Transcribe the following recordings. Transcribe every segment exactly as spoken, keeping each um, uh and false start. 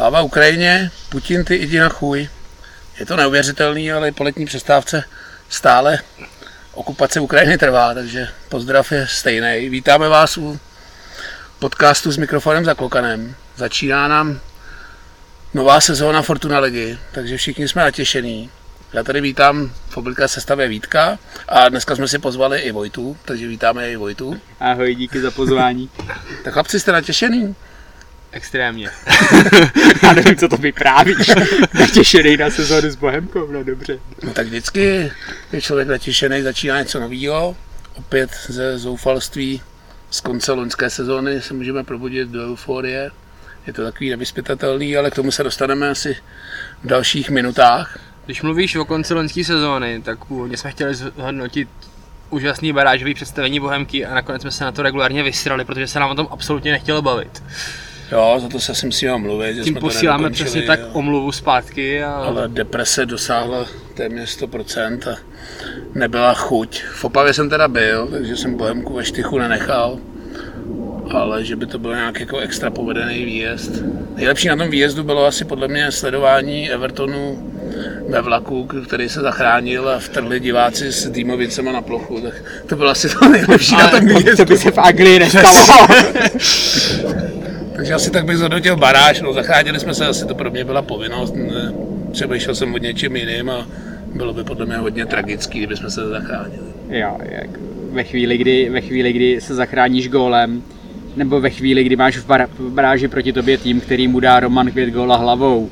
Sláva Ukrajině, Putin ty jdi na chuj. Je to neuvěřitelný, ale po letní přestávce stále okupace Ukrajiny trvá, takže pozdrav je stejný. Vítáme vás u podcastu s mikrofonem za klokanem. Začíná nám nová sezóna Fortuna ligy, takže všichni jsme natěšení. Já tady vítám v obvyklé sestavě Vítka a dneska jsme si pozvali i Vojtu, takže vítáme i Vojtu. Ahoj, díky za pozvání. Tak chlapci, jste natěšený? Extrémně. Já nevím, co to vyprávíš. Natěšený na sezónu s Bohemkou, no dobře. No tak vždycky je člověk natěšený, začíná něco novýho. Opět ze zoufalství z konce loňské sezóny se můžeme probudit do euforie. Je to takový nevyzpytatelný, ale k tomu se dostaneme asi v dalších minutách. Když mluvíš o konci loňské sezóny, tak původně jsme chtěli zhodnotit úžasný barážový představení Bohemky a nakonec jsme se na to regulárně vysrali, protože se nám o tom absolutně nechtělo bavit. Jo, za to se si musíme mluvit, že Tím jsme posíláme přesně tak jo. omluvu zpátky. A... Ale deprese dosáhla téměř sto procent a nebyla chuť. V Opavě jsem teda byl, takže jsem Bohemku ve štychu nenechal. Ale že by to byl nějak jako extra povedený výjezd. Nejlepší na tom výjezdu bylo asi podle mě sledování Evertonu ve vlaku, který se zachránil a vtrhli diváci s dýmovicema na plochu. Tak to bylo asi to nejlepší ale na tom výjezdu. To by se v Anglii nestalo. Takže asi tak bych zhodnotil baráž. No, zachránili jsme se, asi to pro mě byla povinnost. Ne, třeba šel jsem od něčím jiným a bylo by podle mě hodně tragický, kdyby jsme se zachránili. Jo, jak ve chvíli, kdy, ve chvíli, kdy se zachráníš gólem, nebo ve chvíli, kdy máš v, bar- v baráži proti tobě tým, který mu dá Roman Květ góla hlavou.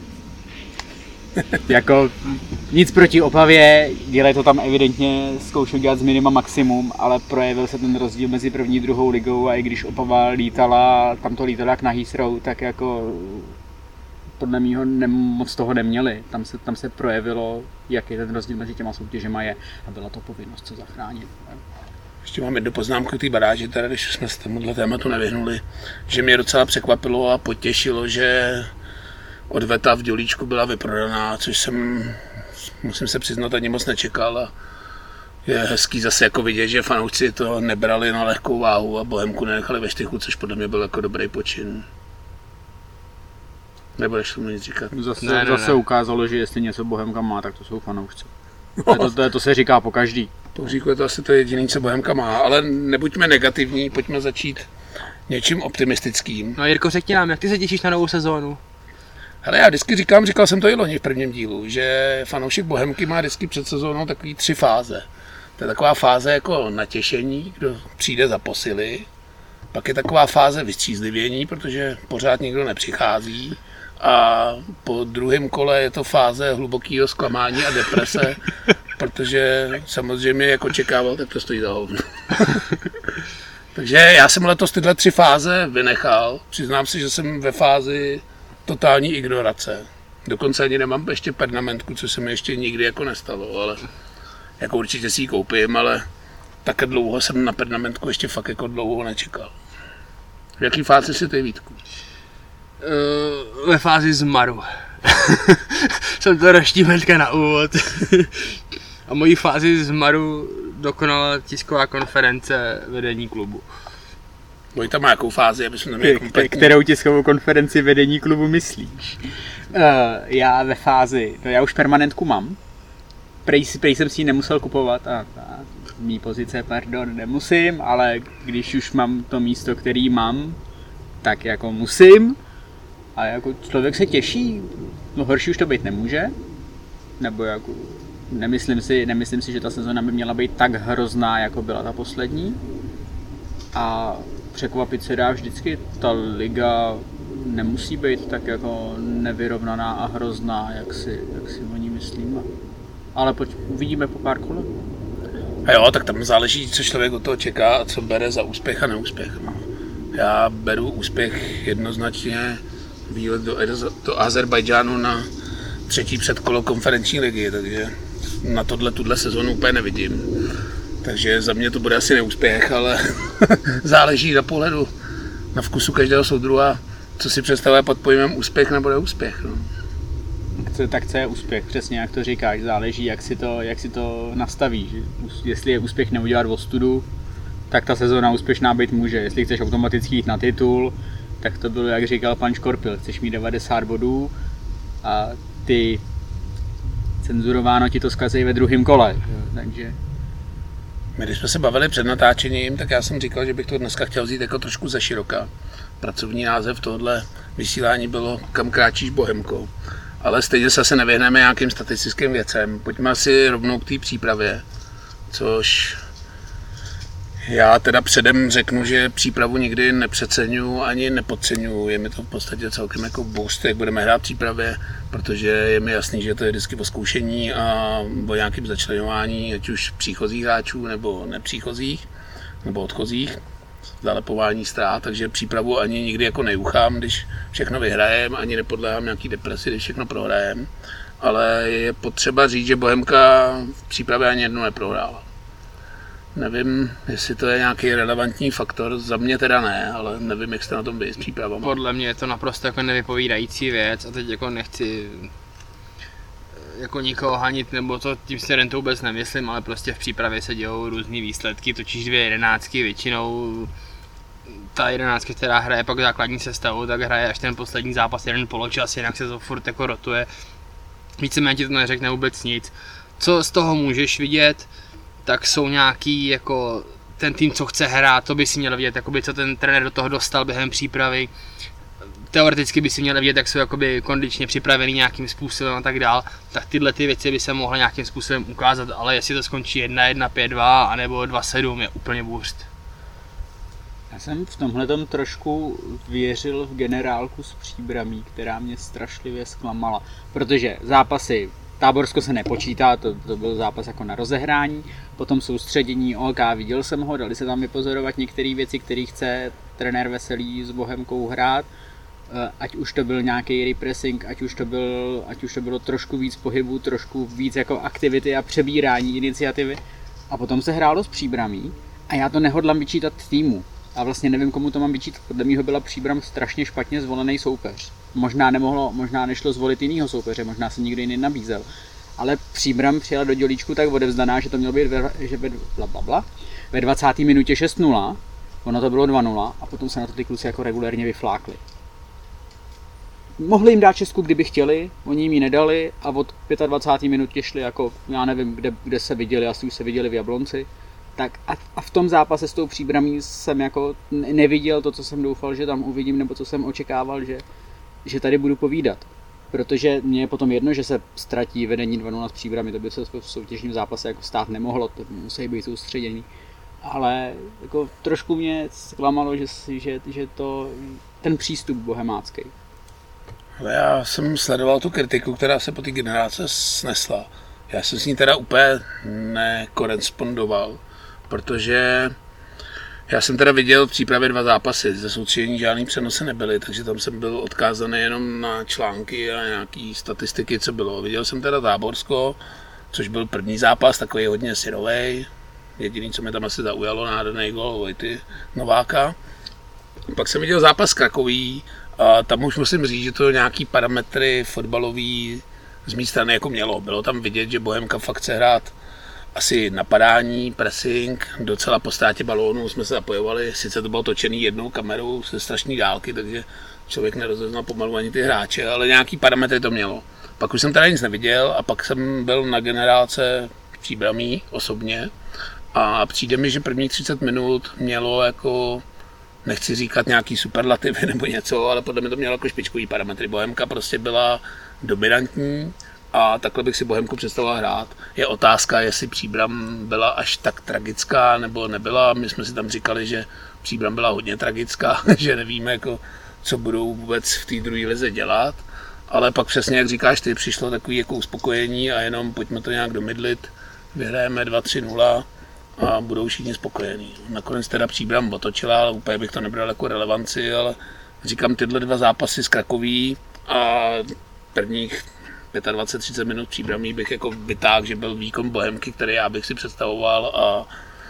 Jako nic proti Opavě, dělají to tam evidentně, zkoušel dělat z minima maximum, ale projevil se ten rozdíl mezi první a druhou ligou a i když Opava lítala, tam to lítalo jak na Heathrow, tak jako podle mýho ne, moc toho neměli. Tam se, tam se projevilo, jaký ten rozdíl mezi těma soutěžema je a byla to povinnost se zachránit. Ještě mám jednu poznámku k té baráži, teda když jsme se tomuhle tématu nevyhnuli, že mě docela překvapilo a potěšilo, že odveta v Dělíčku byla vyprodaná, což jsem, musím se přiznat, ani moc nečekal a je hezký zase jako vidět, že fanoušci to nebrali na lehkou váhu a Bohemku nenechali ve štychu, což podle mě byl jako dobrý počin. Nebudeš tomu nic říkat? Zase, ne, ne, zase ne. ukázalo, že jestli něco Bohemka má, tak to jsou fanoušci. To, to, to, to se říká po každý. Pohříku je to asi to jediné, co Bohemka má, ale nebuďme negativní, pojďme začít něčím optimistickým. No Jirko, řekni nám, jak ty se těšíš na novou sezónu? Hele, já vždycky říkám, říkal jsem to i loni v prvním dílu, že fanoušek Bohemky má vždycky před sezónou takový tři fáze. To je taková fáze jako natěšení, kdo přijde za posily, pak je taková fáze vystřízlivění, protože pořád nikdo nepřichází a po druhém kole je to fáze hlubokého zklamání a deprese, protože samozřejmě jak očekával, tak to stojí za hovno. Takže já jsem letos tyhle tři fáze vynechal, přiznám si, že jsem ve fázi totální ignorace. Dokonce ani nemám ještě pernamentku, což se mi ještě nikdy jako nestalo, ale jako určitě si ji koupím, ale tak dlouho jsem na pernamentku ještě fakt jako dlouho nečekal. V jaký fázi jsi ty, Vítku? Uh, ve fázi zmaru. Jsem to roštím hnedka na úvod. A mojí fázi zmaru dokonala tisková konference vedení klubu. Vojta má jakou fázi, aby jsme tam měli kompletní? Kterou tiskovou konferenci vedení klubu myslíš? Uh, já ve fázi, no já už permanentku mám. Prej, prej jsem si ji nemusel kupovat a, a mý pozice, pardon, nemusím, ale když už mám to místo, který mám, tak jako musím. A jako člověk se těší, no horší už to být nemůže. Nebo jako nemyslím si, nemyslím si, že ta sezona by měla být tak hrozná, jako byla ta poslední. A překvapit se dá vždycky, ta liga nemusí být tak jako nevyrovnaná a hrozná, jak si, jak si o ní myslíme. Ale pojď, uvidíme po pár kolech. A jo, tak tam záleží, co člověk od toho čeká a co bere za úspěch a neúspěch. No. Já beru úspěch jednoznačně výlet do, do Azerbajdžánu na třetí předkolo konferenční ligy, takže na tohle tuhle sezonu úplně nevidím. Takže za mě to bude asi neúspěch, ale záleží na pohledu, na vkusu každého soudruha, co si představuje pod pojmem úspěch nebo neúspěch. No. Co, tak co je úspěch, přesně jak to říkáš, záleží jak si to, jak si to nastavíš. Jestli je úspěch neudělat ostudu, tak ta sezóna úspěšná být může. Jestli chceš automaticky jít na titul, tak to bylo, jak říkal pan Škorpil, chceš mít devadesát bodů a ty cenzurováno ti to zkazí ve druhém kole, takže... My když jsme se bavili před natáčením, tak já jsem říkal, že bych to dneska chtěl vzít jako trošku ze široka. Pracovní název tohohle vysílání bylo Kam kráčíš Bohemkou. Ale stejně se asi nevyhneme nějakým statistickým věcem. Pojďme asi rovnou k té přípravě, což já teda předem řeknu, že přípravu nikdy nepřeceňuji ani nepodceňuji. Je mi to v podstatě celkem jako boost, jak budeme hrát v přípravě, protože je mi jasný, že to je vždycky o zkoušení a o nějakém začleňování, ať už příchozích hráčů nebo nepříchozích, nebo odchozích, zalepování ztrát, takže přípravu ani nikdy jako neuchám, když všechno vyhrajem, ani nepodléhám nějaký depresi, když všechno prohrajem. Ale je potřeba říct, že Bohemka v přípravě ani jednou neprohrála. Nevím, jestli to je nějaký relevantní faktor, za mě teda ne, ale nevím, jak jste na tom byli s přípravami. Podle mě je to naprosto jako nevypovídající věc a teď jako nechci jako nikoho hanit, nebo to tím směrem to vůbec nemyslím, ale prostě v přípravě se dějou různý výsledky, točíš dvě jedenáctky, většinou ta jedenáctka, která hraje pak základní sestavu, tak hraje až ten poslední zápas jeden poločas, jinak se to furt jako rotuje. Víceméně ti to neřekne vůbec nic. Co z toho můžeš vidět, tak jsou nějaký jako ten tým, co chce hrát, to by si měl vidět, jakoby, co ten trenér do toho dostal během přípravy. Teoreticky by si měl vidět, jak jsou jakoby kondičně připravený nějakým způsobem a tak dál, tak tyhle ty věci by se mohly nějakým způsobem ukázat, ale jestli to skončí jedna jedna, pět dva anebo dva sedm je úplně bůřt. Já jsem v tomhletom trošku věřil v generálku z Příbramí, která mě strašlivě zklamala, protože zápasy Táborsko se nepočítá, to, to byl zápas jako na rozehrání, potom soustředění, OK, viděl jsem ho, dali se tam vypozorovat některé věci, které chce trenér Veselý s Bohemkou hrát, ať už to byl nějaký repressing, ať už to, byl, ať už to bylo trošku víc pohybu, trošku víc jako aktivity a přebírání iniciativy. A potom se hrálo s Příbramí a já to nehodlám vyčítat týmu. A vlastně nevím, komu to mám vyčítat. Podle mýho byla Příbram strašně špatně zvolený soupeř. Možná nemohlo, možná nešlo zvolit jinýho soupeře, možná se nikdo jiný nabízel. Ale Příbram přijela do dělíčku tak odevzdaná, že to mělo být ve, že ve, bla, bla, bla, ve dvacáté minutě šest nula, ono to bylo dva nula a potom se na to ty kluci jako regulérně vyflákli. Mohli jim dát šestku, kdyby chtěli, oni jim ji nedali a od dvacáté páté minutě šli jako, já nevím, kde, kde se viděli, asi už se viděli v Jablonci. Tak a, a v tom zápase s tou Příbramí jsem jako neviděl to, co jsem doufal, že tam uvidím, nebo co jsem očekával, že, že tady budu povídat. Protože mě je potom jedno, že se ztratí vedení dva nula s Příbrami, to by se v soutěžním zápase jako stát nemohlo, to musí být soustředění. Ale jako trošku mě zklamalo, že, že, že to, ten přístup bohemácký. Já jsem sledoval tu kritiku, která se po té generace snesla. Já jsem s ní teda úplně nekorespondoval, protože já jsem teda viděl v přípravě dva zápasy, ze soustředění žádný přenosy nebyly, takže tam jsem byl odkázaný jenom na články a nějaký statistiky, co bylo. Viděl jsem teda Táborsko, což byl první zápas, takový hodně syrovej. Jediný, co mě tam asi zaujalo, nádherný gól Vojty Nováka. Pak jsem viděl zápas Krakoví a tam už musím říct, že to nějaký parametry fotbalový z mé strany jako mělo. Bylo tam vidět, že Bohemka fakt chce hrát asi napadání, pressing, docela po ztrátě balónu jsme se zapojovali, sice to bylo točený jednou kamerou ze strašné dálky, takže člověk nerozeznal pomalu ani ty hráče, ale nějaký parametry to mělo. Pak už jsem teda nic neviděl a pak jsem byl na generálce Příbramí osobně a přijde mi, že prvních třicet minut mělo jako, nechci říkat nějaký superlativy nebo něco, ale podle mě to mělo jako špičkový parametry. Bohemka prostě byla dominantní a takhle bych si Bohemku představoval hrát. Je otázka, jestli Příbram byla až tak tragická nebo nebyla. My jsme si tam říkali, že Příbram byla hodně tragická, že nevíme, jako, co budou vůbec v té druhé lize dělat. Ale pak přesně, jak říkáš ty, přišlo takové jako uspokojení a jenom pojďme to nějak domydlit. Vyhrajeme dva tři nula a budou všichni spokojení. Nakonec teda Příbram otočila, ale úplně bych to nebral jako relevanci, ale říkám, tyhle dva zápasy z Krakoví a prvních dvacet třicet minut Příbramí bych jako vytáhl, že byl výkon Bohemky, který já bych si představoval a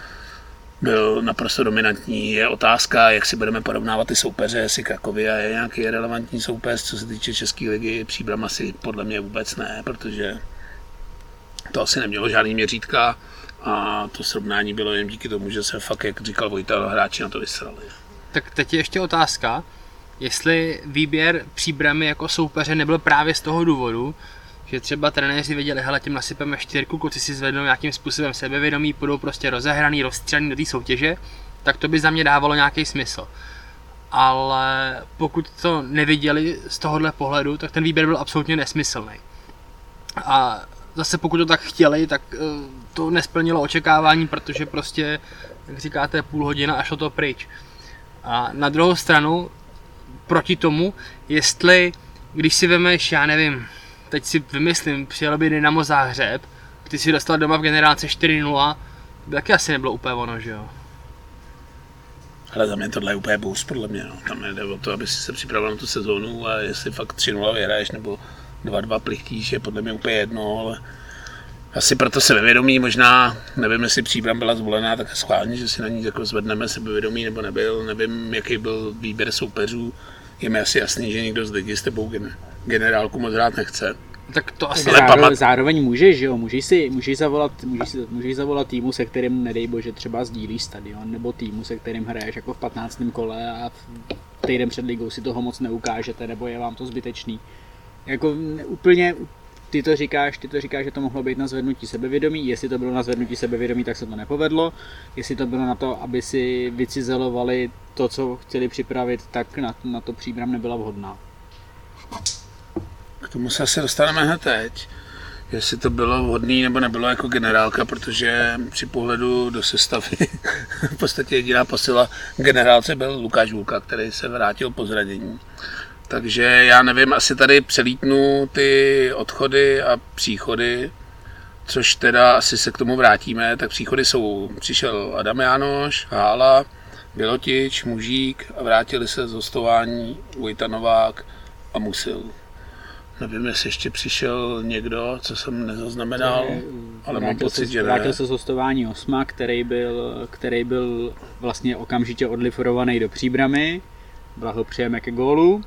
byl naprosto dominantní. Je otázka, jak si budeme porovnávat ty soupeře, jestli Krakovia je nějaký relevantní soupeř, co se týče České ligy. Příbram asi podle mě vůbec ne, protože to asi nemělo žádný měřítka a to srovnání bylo jen díky tomu, že se fakt, jak říkal Vojta, hráči na to vysrali. Tak teď je ještě otázka, jestli výběr Příbrami jako soupeře nebyl právě z toho důvodu, že třeba trenéři věděli, hele, tím nasypeme čtyřku, kluci si zvednou nějakým způsobem sebevědomí, budou prostě rozehraný, rozstřelný do té soutěže, tak to by za mě dávalo nějaký smysl. Ale pokud to neviděli z tohohle pohledu, tak ten výběr byl absolutně nesmyslný. A zase pokud to tak chtěli, tak to nesplnilo očekávání, protože prostě, jak říkáte, půl hodina a šlo to pryč. A na druhou stranu, proti tomu, jestli, když si vemeš, já nevím, teď si vymyslím, přijel by Dynamo Záhřeb, ty si dostal doma v generálce čtyři nula, by taky asi nebylo úplně ono, že jo? Ale za mě tohle je úplně boost, podle mě. No. Tam jde o to, aby si se připravil na tu sezónu a jestli fakt tři nula vyhraješ nebo dva dva plichtíš, je podle mě úplně jedno, ale asi proto sebevědomí, možná, nevím, jestli Příbram byla zvolená tak schválně, že si na ní jako zvedneme sebevědomí nebo nebyl, nevím, jaký byl výběr soupeřů. Je mi asi jasný, že někdo z lidí s tebou generálku moc rád nechce. Tak to asi zároveň, pamat... zároveň můžeš, jo, můžeš si, můžeš zavolat, můžeš, si, můžeš zavolat týmu, se kterým, nedej bože, třeba sdílíš stadion, nebo týmu, se kterým hraješ jako v patnáctém kole a týden před ligou si toho moc neukážete, nebo je vám to zbytečný. Jako úplně, ty to říkáš, ty to říkáš, že to mohlo být na zvednutí sebevědomí, jestli to bylo na zvednutí sebevědomí, tak se to nepovedlo, jestli to bylo na to, aby si vycizelovali to, co chtěli připravit, tak na, na to Příbram nebyla vhodná. K tomu se asi dostaneme hned teď, jestli to bylo vhodný nebo nebylo jako generálka, protože při pohledu do sestavy v podstatě jediná posila generálce byl Lukáš Vulka, který se vrátil po zranění. Takže já nevím, asi tady přelítnu ty odchody a příchody, což teda asi se k tomu vrátíme, tak příchody jsou, přišel Adam Jánoš, Hála, Bělotič, Mužík a vrátili se z hostování Vojta Novák a Musil. Nevím, jestli ještě přišel někdo, co jsem nezaznamenal, ale mám pocit, se, že ne. Vrátil se z hostování Osma, který byl, který byl vlastně okamžitě odliforovaný do Příbramy. Blahopřejeme ke gólu.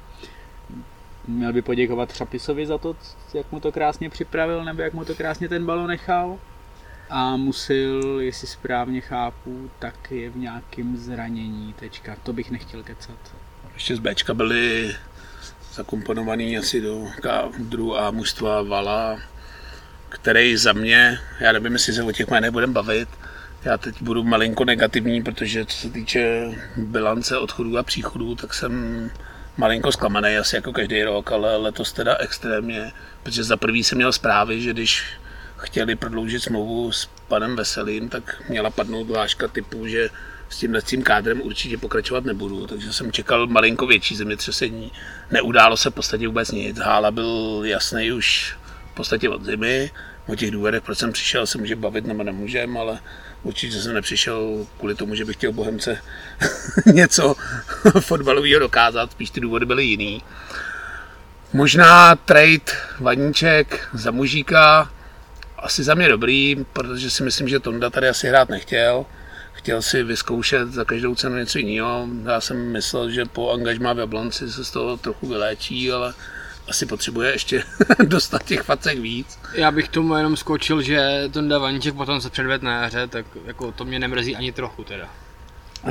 Měl by poděkovat Třapisovi za to, jak mu to krásně připravil, nebo jak mu to krásně ten balon nechal. A Musil, jestli správně chápu, tak je v nějakém zranění teďka. To bych nechtěl kecat. Ještě z Bčka byli zakomponovaný asi do kádru a mužstva Vala, který za mě, já nevím, jestli se o těch jménech budeme bavit, já teď budu malinko negativní, protože co se týče bilance odchodů a příchodů, tak jsem malinko zklamaný, asi jako každý rok, ale letos teda extrémně, protože za prvý jsem měl zprávy, že když chtěli prodloužit smlouvu s panem Veselým, tak měla padnout hláška typu, že s tímhle tím kádrem určitě pokračovat nebudu, takže jsem čekal malinko větší zemětřesení. Neudálo se v podstatě vůbec nic. Hála byl jasný už v podstatě od zimy. O těch důvodech, proč jsem přišel, se může bavit nebo nemůžem, ale určitě jsem nepřišel kvůli tomu, že bych chtěl Bohemce něco fotbalového dokázat, spíš ty důvody byly jiný. Možná trade Vaníček za Mužíka, asi za mě dobrý, protože si myslím, že Tonda tady asi hrát nechtěl. Chtěl si vyzkoušet za každou cenu něco jiného. Já jsem myslel, že po angažmá v Jablonci se z toho trochu vyléčí, ale asi potřebuje ještě dostat těch facek víc. Já bych tomu jenom skočil, že Tonda Vaníček potom se předvedl na jaře, tak jako to mě nemrzí ani trochu teda. Uh,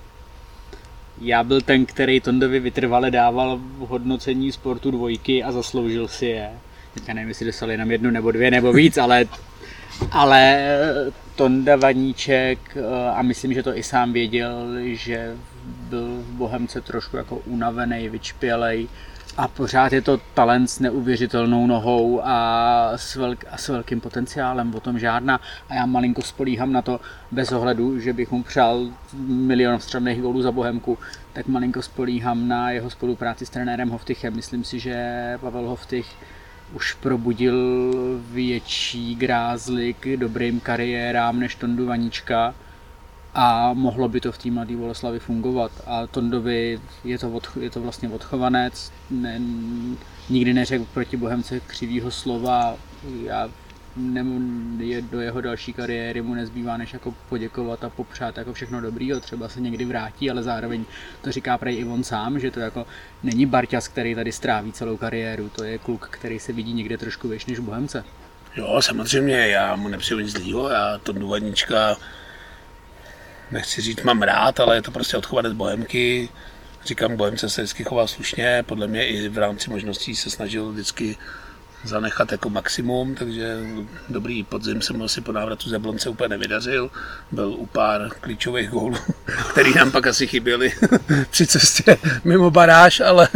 já byl ten, který Tondovi vytrvale dával v hodnocení sportu dvojky a zasloužil si je. Teďka nevím, jestli dostal jenom jednu nebo dvě nebo víc, ale, ale Tonda Vaníček, a myslím, že to i sám věděl, že byl v Bohemce trošku jako unavený, vyčpělej a pořád je to talent s neuvěřitelnou nohou a s, velk, a s velkým potenciálem, o tom žádná. A já malinko spolíhám na to, bez ohledu, že bych mu přál milion vstřelných gólů za Bohemku, tak malinko spolíhám na jeho spolupráci s trenérem Hoftychem. Myslím si, že Pavel Hoftych už probudil větší grázly k dobrým kariérám než Tondu Vaníčka a mohlo by to v té mladé Boleslavi fungovat. A Tondovi je to, od, je to vlastně odchovanec, ne, nikdy neřekl proti Bohemce křivýho slova. Já ne, je, do jeho další kariéry mu nezbývá než jako poděkovat a popřát jako všechno dobrýho, třeba se někdy vrátí, ale zároveň to říká prej i on sám, že to jako není Barťas, který tady stráví celou kariéru, to je kluk, který se vidí někde trošku výš než v Bohemce. Jo, samozřejmě, já mu nepřeju nic zlýho, já Tondu Vaníčka nechci říct mám rád, ale je to prostě odchovanec Bohemky, Říkám, Bohemce se vždycky choval slušně, podle mě i v rámci možností se snažil vždycky zanechat jako maximum, takže dobrý podzim se mu asi po návratu z Jablonce úplně nevydařil. Byl u pár klíčových gólů, který nám pak asi chyběly při cestě mimo baráž, ale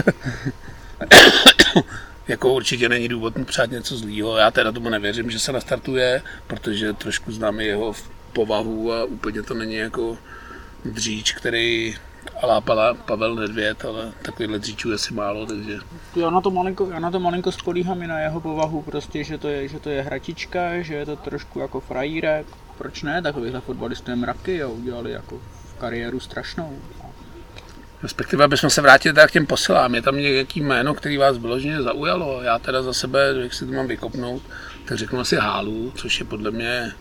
jako určitě není důvod mu přát něco zlýho. Já teda tomu nevěřím, že se nastartuje, protože trošku znám jeho povahu a úplně to není jako dříč, který alá Pavel Nedvěd, ale takovýhle dříčů je si málo, takže... Já na to malinko, já na to malinko spolíhám i na jeho povahu, prostě, že to je, že to je hračička, že je to trošku jako frajírek. Proč ne? Takovýhle fotbalisté mraky a udělali jako kariéru strašnou. Respektive, abychom se vrátili teda k těm posilám. Je tam nějaký jméno, který vás vyloženě zaujalo. Já teda za sebe, jak si to mám vykopnout, tak řeknu asi Hálu, což je podle mě,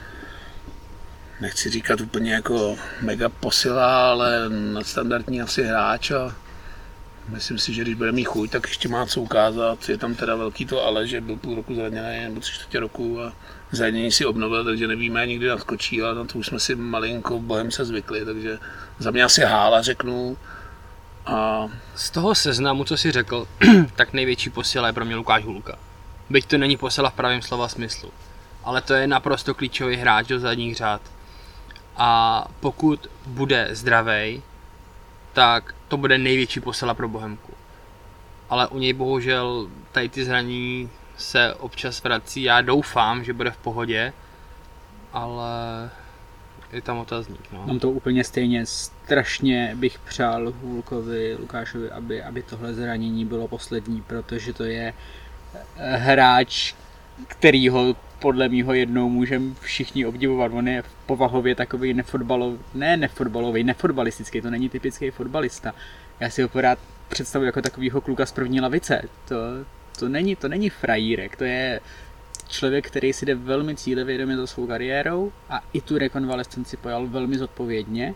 nechci říkat úplně jako mega posila, ale nadstandardní asi hráč a myslím si, že když bude mít chuť, tak ještě má co ukázat. Je tam teda velký to ale, že byl půl roku zraněný, nebo tři čtvrtě roku a zranění si obnovil, takže nevíme, nikdy naskočí, ale na to už jsme si malinko v Bohemce zvykli, takže za mě asi Hála řeknu. A... Z toho seznamu, co jsi řekl, tak největší posila je pro mě Lukáš Hulka. Byť to není posila v pravém slova smyslu, ale to je naprosto klíčový hráč do zadních řád. A pokud bude zdravej, tak to bude největší posila pro Bohemku. Ale u něj bohužel tady ty zranění se občas vrací. Já doufám, že bude v pohodě, ale je tam otazník. No. Mám to úplně stejně. Strašně bych přál Hulkovi, Lukášovi, aby, aby tohle zranění bylo poslední, protože to je hráč, kterýho podle mýho jednou můžeme všichni obdivovat. On je povahově takový nefotbalový, ne nefotbalový, nefotbalistický, to není typický fotbalista. Já si ho pořád představuji jako takovýho kluka z první lavice. To, to, není, to není frajírek, to je člověk, který si jde velmi cílevědomě za svou kariérou a i tu rekonvalescenci pojal velmi zodpovědně.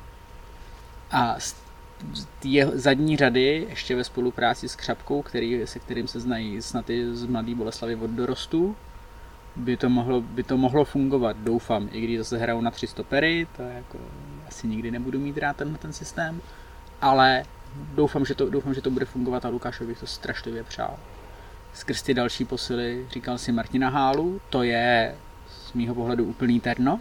A je zadní řady, ještě ve spolupráci s Křapkou, který, se kterým se znají snad i z Mladý Boleslavi od dorostu, by to mohlo, by to mohlo fungovat, doufám, i když zase hrajou na tři stopery, to je jako, asi nikdy nebudu mít rád tenhle ten systém, ale doufám, že to, doufám, že to bude fungovat a Lukášovi bych to strašlivě přál. Skrz ty další posily, říkal si Martina Hálu, to je z mýho pohledu úplný terno.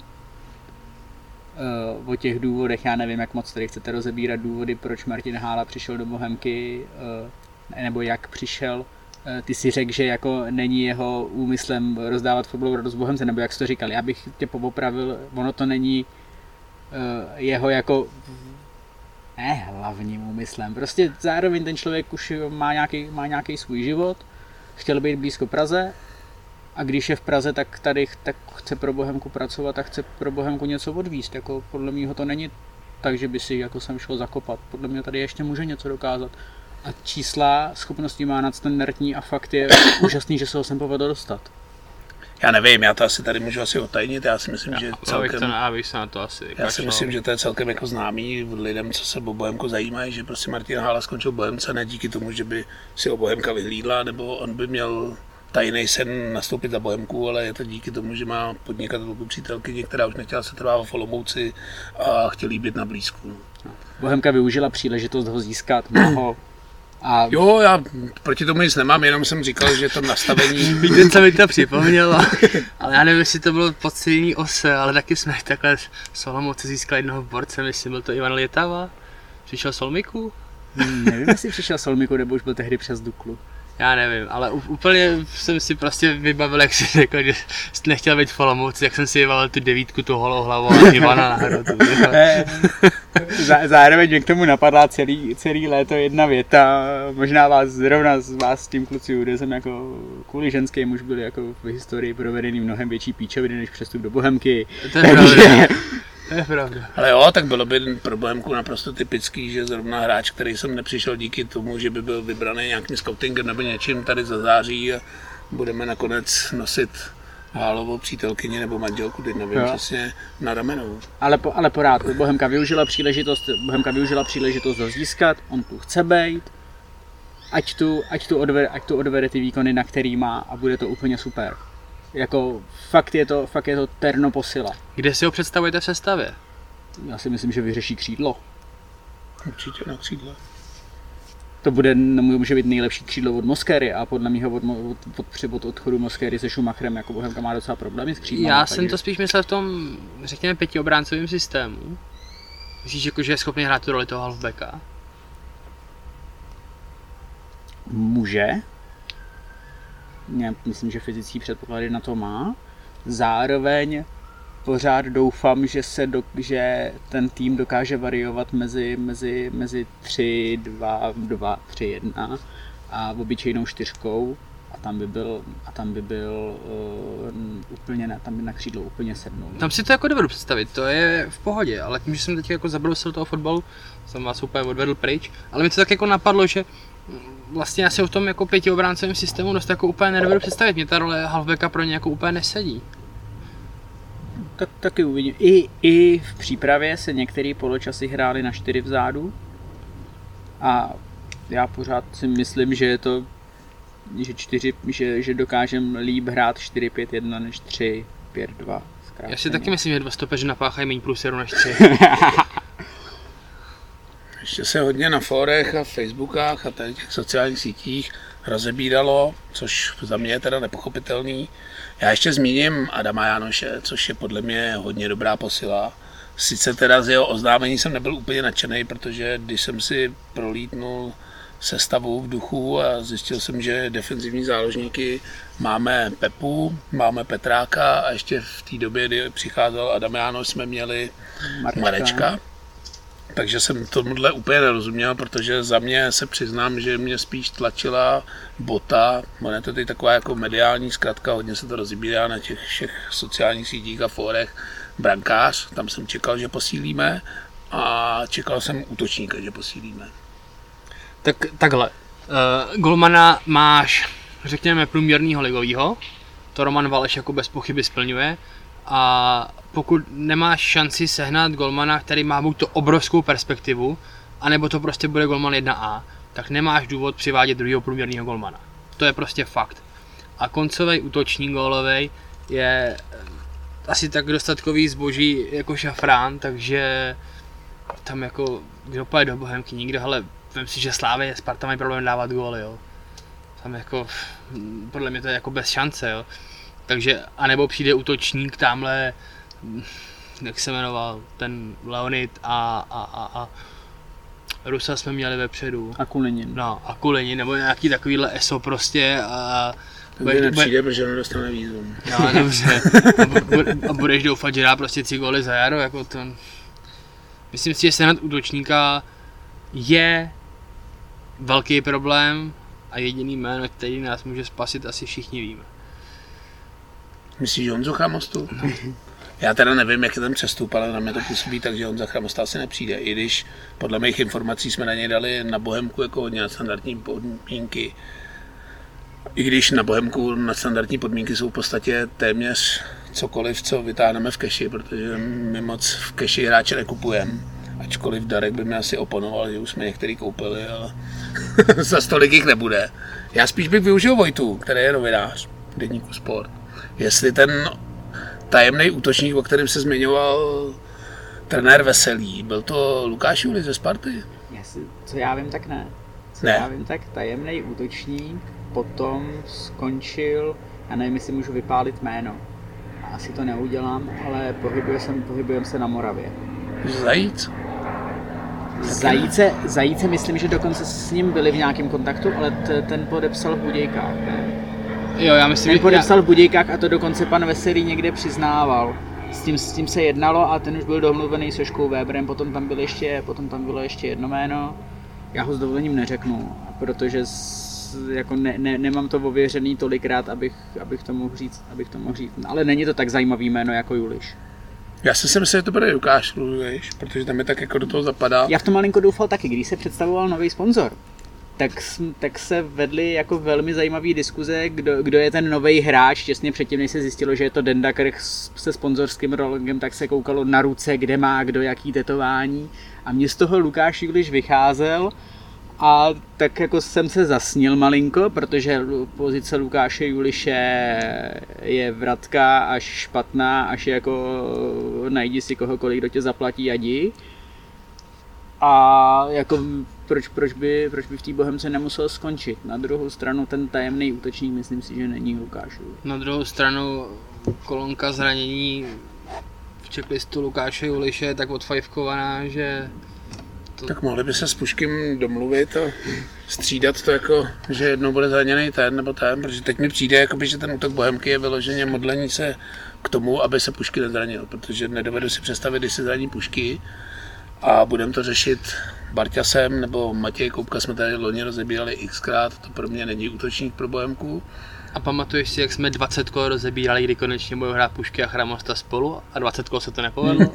O těch důvodech, já nevím, jak moc tady chcete rozebírat důvody, proč Martin Hála přišel do Bohemky, nebo jak přišel. Ty si řekl, že jako není jeho úmyslem rozdávat fotbalovou radost Bohemce, nebo jak jsi to říkal. Já bych tě popravil, ono to není jeho jako ne hlavním úmyslem. Prostě zároveň ten člověk už má nějaký, má nějaký svůj život, chtěl být blízko Praze a když je v Praze, tak tady tak chce pro Bohemku pracovat a chce pro Bohemku něco odvíst. Jako podle mýho to není tak, že by si jako sem šel zakopat. Podle mě tady ještě může něco dokázat. A čísla, schopnosti má nadstandardní a fakt je úžasný, že se ho sem povedlo dostat. Já nevím, já to asi tady můžu asi otajnit, já si myslím, já, že celkem... To ne, se na to asi já si myslím, že to je celkem jako známý lidem, co se o Bohemku zajímají, že prostě Martin Hála skončil v Bohemce ne díky tomu, že by si o Bohemka vyhlídla, nebo on by měl tajný sen nastoupit za Bohemku, ale je to díky tomu, že má podnikatelku přítelkyni, která už nechtěla se trvávat v Olomouci a chtěl jí být na blízku. Bohemka využila příležitost ho získat, ho a... Jo, já proti tomu nic nemám, jenom jsem říkal, že to nastavení... Víte, co mi to připomnělo, ale já nevím, jestli to bylo pod stejný ose, ale taky jsme takhle s Olomouci získali jednoho borce, myslím, byl to Ivan Lietava, přišel Solmiku? Hmm, nevím, jestli přišel Solmiku, nebo už byl tehdy přes Duklu. Já nevím, ale úplně jsem si prostě vybavil, jak jsi řekl, že jsi nechtěl být v Olomouci, jak jsem si vyvalil tu devítku, tu holou hlavu a Ivana na hrotu. Zároveň mě k tomu napadla celý, celý léto jedna věta, možná vás zrovna z vás s tím kluci, kde jsem jako kvůli ženské muž byl jako v historii provedený mnohem větší píčoviny než přestup do Bohemky. To je pravda. To je pravda. Ale jo, tak bylo by pro Bohemku naprosto typický, že zrovna hráč, který jsem nepřišel díky tomu, že by byl vybraný nějakým scoutingem nebo něčím, tady zazáří a budeme nakonec nosit Hálovou přítelkyni nebo manželku, teď nevím přesně, na ramenou. Ale, po, ale pořádku, Bohemka využila příležitost, Bohemka využila příležitost ho získat, on tu chce být, ať tu, ať tu, odvede, ať tu odvede ty výkony, na který má a bude to úplně super. Jako fakt je to, fakt je to terno posila. Kde si ho představujete v sestavě? Já si myslím, že vyřeší křídlo. Určitě na křídle. to bude, může být nejlepší křídlo od Mosquery a podle mého od, od, od, od odchodu Mosquery se Schumacherem jako Bohemka má docela problémy s křídlem. Já jsem to spíš myslel v tom, řekněme, pětiobráncovém systému. Myslíš, jako, že je schopný hrát tu roli toho halfbacka? Může. Já myslím, že fyzický předpoklady na to má. Zároveň pořád doufám, že, se do, že ten tým dokáže variovat mezi, mezi, mezi tři, dva, dva, tři, jedna a obyčejnou čtyřkou a tam by byl, a tam by byl uh, úplně na, tam by na křídlo úplně sednul. Tam si to jako dovedu představit, to je v pohodě, ale tím, že jsem teď jako zabrousil toho fotbalu, jsem vás úplně odvedl pryč, ale mi to tak jako napadlo, že vlastně asi v tom jako pětiobráncovém systému dost jako úplně nedovedu představit, mě ta role halfbacka pro ně jako úplně nesedí. Tak, taky uvidím. I, I v přípravě se některé poločasy hrály na čtyři vzadu a já pořád si myslím, že je to, že, čtyři, že, že dokážeme líp hrát čtyři pět jedna než tři pět dva. Já si taky myslím, že dva stopeři napáchají méně průseru než tři. Ještě se hodně na fórech a Facebookách a tady těch sociálních sítích rozebíralo, což za mě je teda nepochopitelný. Já ještě zmíním Adama Jánoše, což je podle mě hodně dobrá posila. Sice teda z jeho oznámení jsem nebyl úplně nadšený, protože když jsem si prolítnul sestavu v duchu a zjistil jsem, že defenzivní záložníky máme Pepu, máme Petráka a ještě v té době, kdy přicházel Adam Jánoš, jsme měli Marečka. Marečka. Takže jsem tomuhle úplně nerozuměl, protože za mě se přiznám, že mě spíš tlačila Bota. Ono je to tady taková jako mediální zkratka, hodně se to rozbírá na těch všech sociálních sítích a fórech. Brankář, tam jsem čekal, že posílíme a čekal jsem útočníka, že posílíme. Tak takhle, uh, golmana máš, řekněme, průměrného ligovýho, to Roman Valeš jako bez pochyby splňuje. A pokud nemáš šanci sehnat golmana, který má buď to obrovskou perspektivu, anebo to prostě bude golman jedna A, tak nemáš důvod přivádět druhého průměrného golmana. To je prostě fakt. A koncový útočník gólovej je asi tak dostatkový zboží jako šafrán, takže tam jako, kdo pojede do Bohemky, nikdo, hele, vem si, že Slávě Sparta mají problém dávat góly, jo. Tam jako, podle mě to je jako bez šance, jo. Takže, anebo přijde útočník tamhle, jak se jmenoval, ten Leonid a, a, a, a Rusa jsme měli vepředu. A Kulenin. No, a Kulenin, nebo nějaký takovýhle eso prostě a... Bude, nepřijde, protože nedostane vízum. No, dobře. A, a budeš doufat, že dá prostě tři góly za jaro, jako to... Myslím si, že sehnat útočníka je velký problém a jediný jméno, který nás může spasit, asi všichni víme. Myslíš Honzu Chramostu? Já teda nevím, jak je ten přestup, ale na mě to působí tak, že Honza Chramosta asi nepřijde. I když podle mých informací jsme na něj dali na Bohemku jako hodně standardní podmínky. I když na Bohemku na standardní podmínky jsou v podstatě téměř cokoliv, co vytáhneme v keši, protože my moc v keši hráče nekupujeme. Ačkoliv Darek by mi asi oponoval, že už jsme některý koupili, ale za stolik jich nebude. Já spíš bych využil Vojtu, který je novinář deníku Sport. Jestli ten tajemný útočník, o kterém se zmiňoval trenér Veselý, byl to Lukáš Julis ze Sparty? Jestli, co já vím, tak ne. Co ne. já vím, tak tajemný útočník potom skončil, já nevím, jestli můžu vypálit jméno. Asi to neudělám, ale pohybuje jsem, pohybujeme se na Moravě. Zajíc? Zajíce, Zajíce, myslím, že dokonce s ním byli v nějakém kontaktu, ale t, ten podepsal v Budějkách. Jo, já myslím, ten podepsal já... v Budějkách a to dokonce pan Veselý někde přiznával. S tím, s tím se jednalo a ten už byl domluvený s Joškou Weberem, potom tam, byl ještě, potom tam bylo ještě jedno jméno. Já ho s dovolením neřeknu, protože s, jako ne, ne, nemám to ověřený tolikrát, abych, abych to mohl říct, abych to mohl říct. Ale není to tak zajímavý jméno jako Juliš. Já si myslím, že to bude Lukáš Juliš, protože tam je tak jako do toho zapadá. Já v tom malinko doufal taky, když se představoval nový sponzor. Tak, tak se vedly jako velmi zajímavé diskuze, kdo, kdo je ten nový hráč. Těsně předtím, než se zjistilo, že je to Denda Krch se sponzorským rolingem, tak se koukalo na ruce, kde má kdo jaký tetování. A mě z toho Lukáš Juliš vycházel a tak jako jsem se zasnil malinko, protože pozice Lukáše Juliše je vratka až špatná, až jako najdi si kohokoliv, kdo tě zaplatí a jdi. A jako proč, proč, by, proč by v té Bohemce nemusel skončit. Na druhou stranu ten tajemný útočník, myslím si, že není Lukáš Uliš. Na druhou stranu kolonka zranění v checklistu Lukáše Uliše je tak odfajfkovaná, že... To... Tak mohli by se s Puškým domluvit a střídat to jako, že jednou bude zraněný ten nebo ten, protože teď mi přijde, jakoby, že ten útok Bohemky je vyloženě modlení se k tomu, aby se Pušky nezranil, protože nedovedu si představit, když se zraní Pušky a budeme to řešit Barťasem nebo Matěj Koupka, jsme tady loni rozebírali xkrát, to pro mě není útočník pro Bohemku. A pamatuješ si, jak jsme dvacet kol rozebírali, kdy konečně budou hrát Pušky a Chramosta spolu a dvacet kol se to nepovedlo?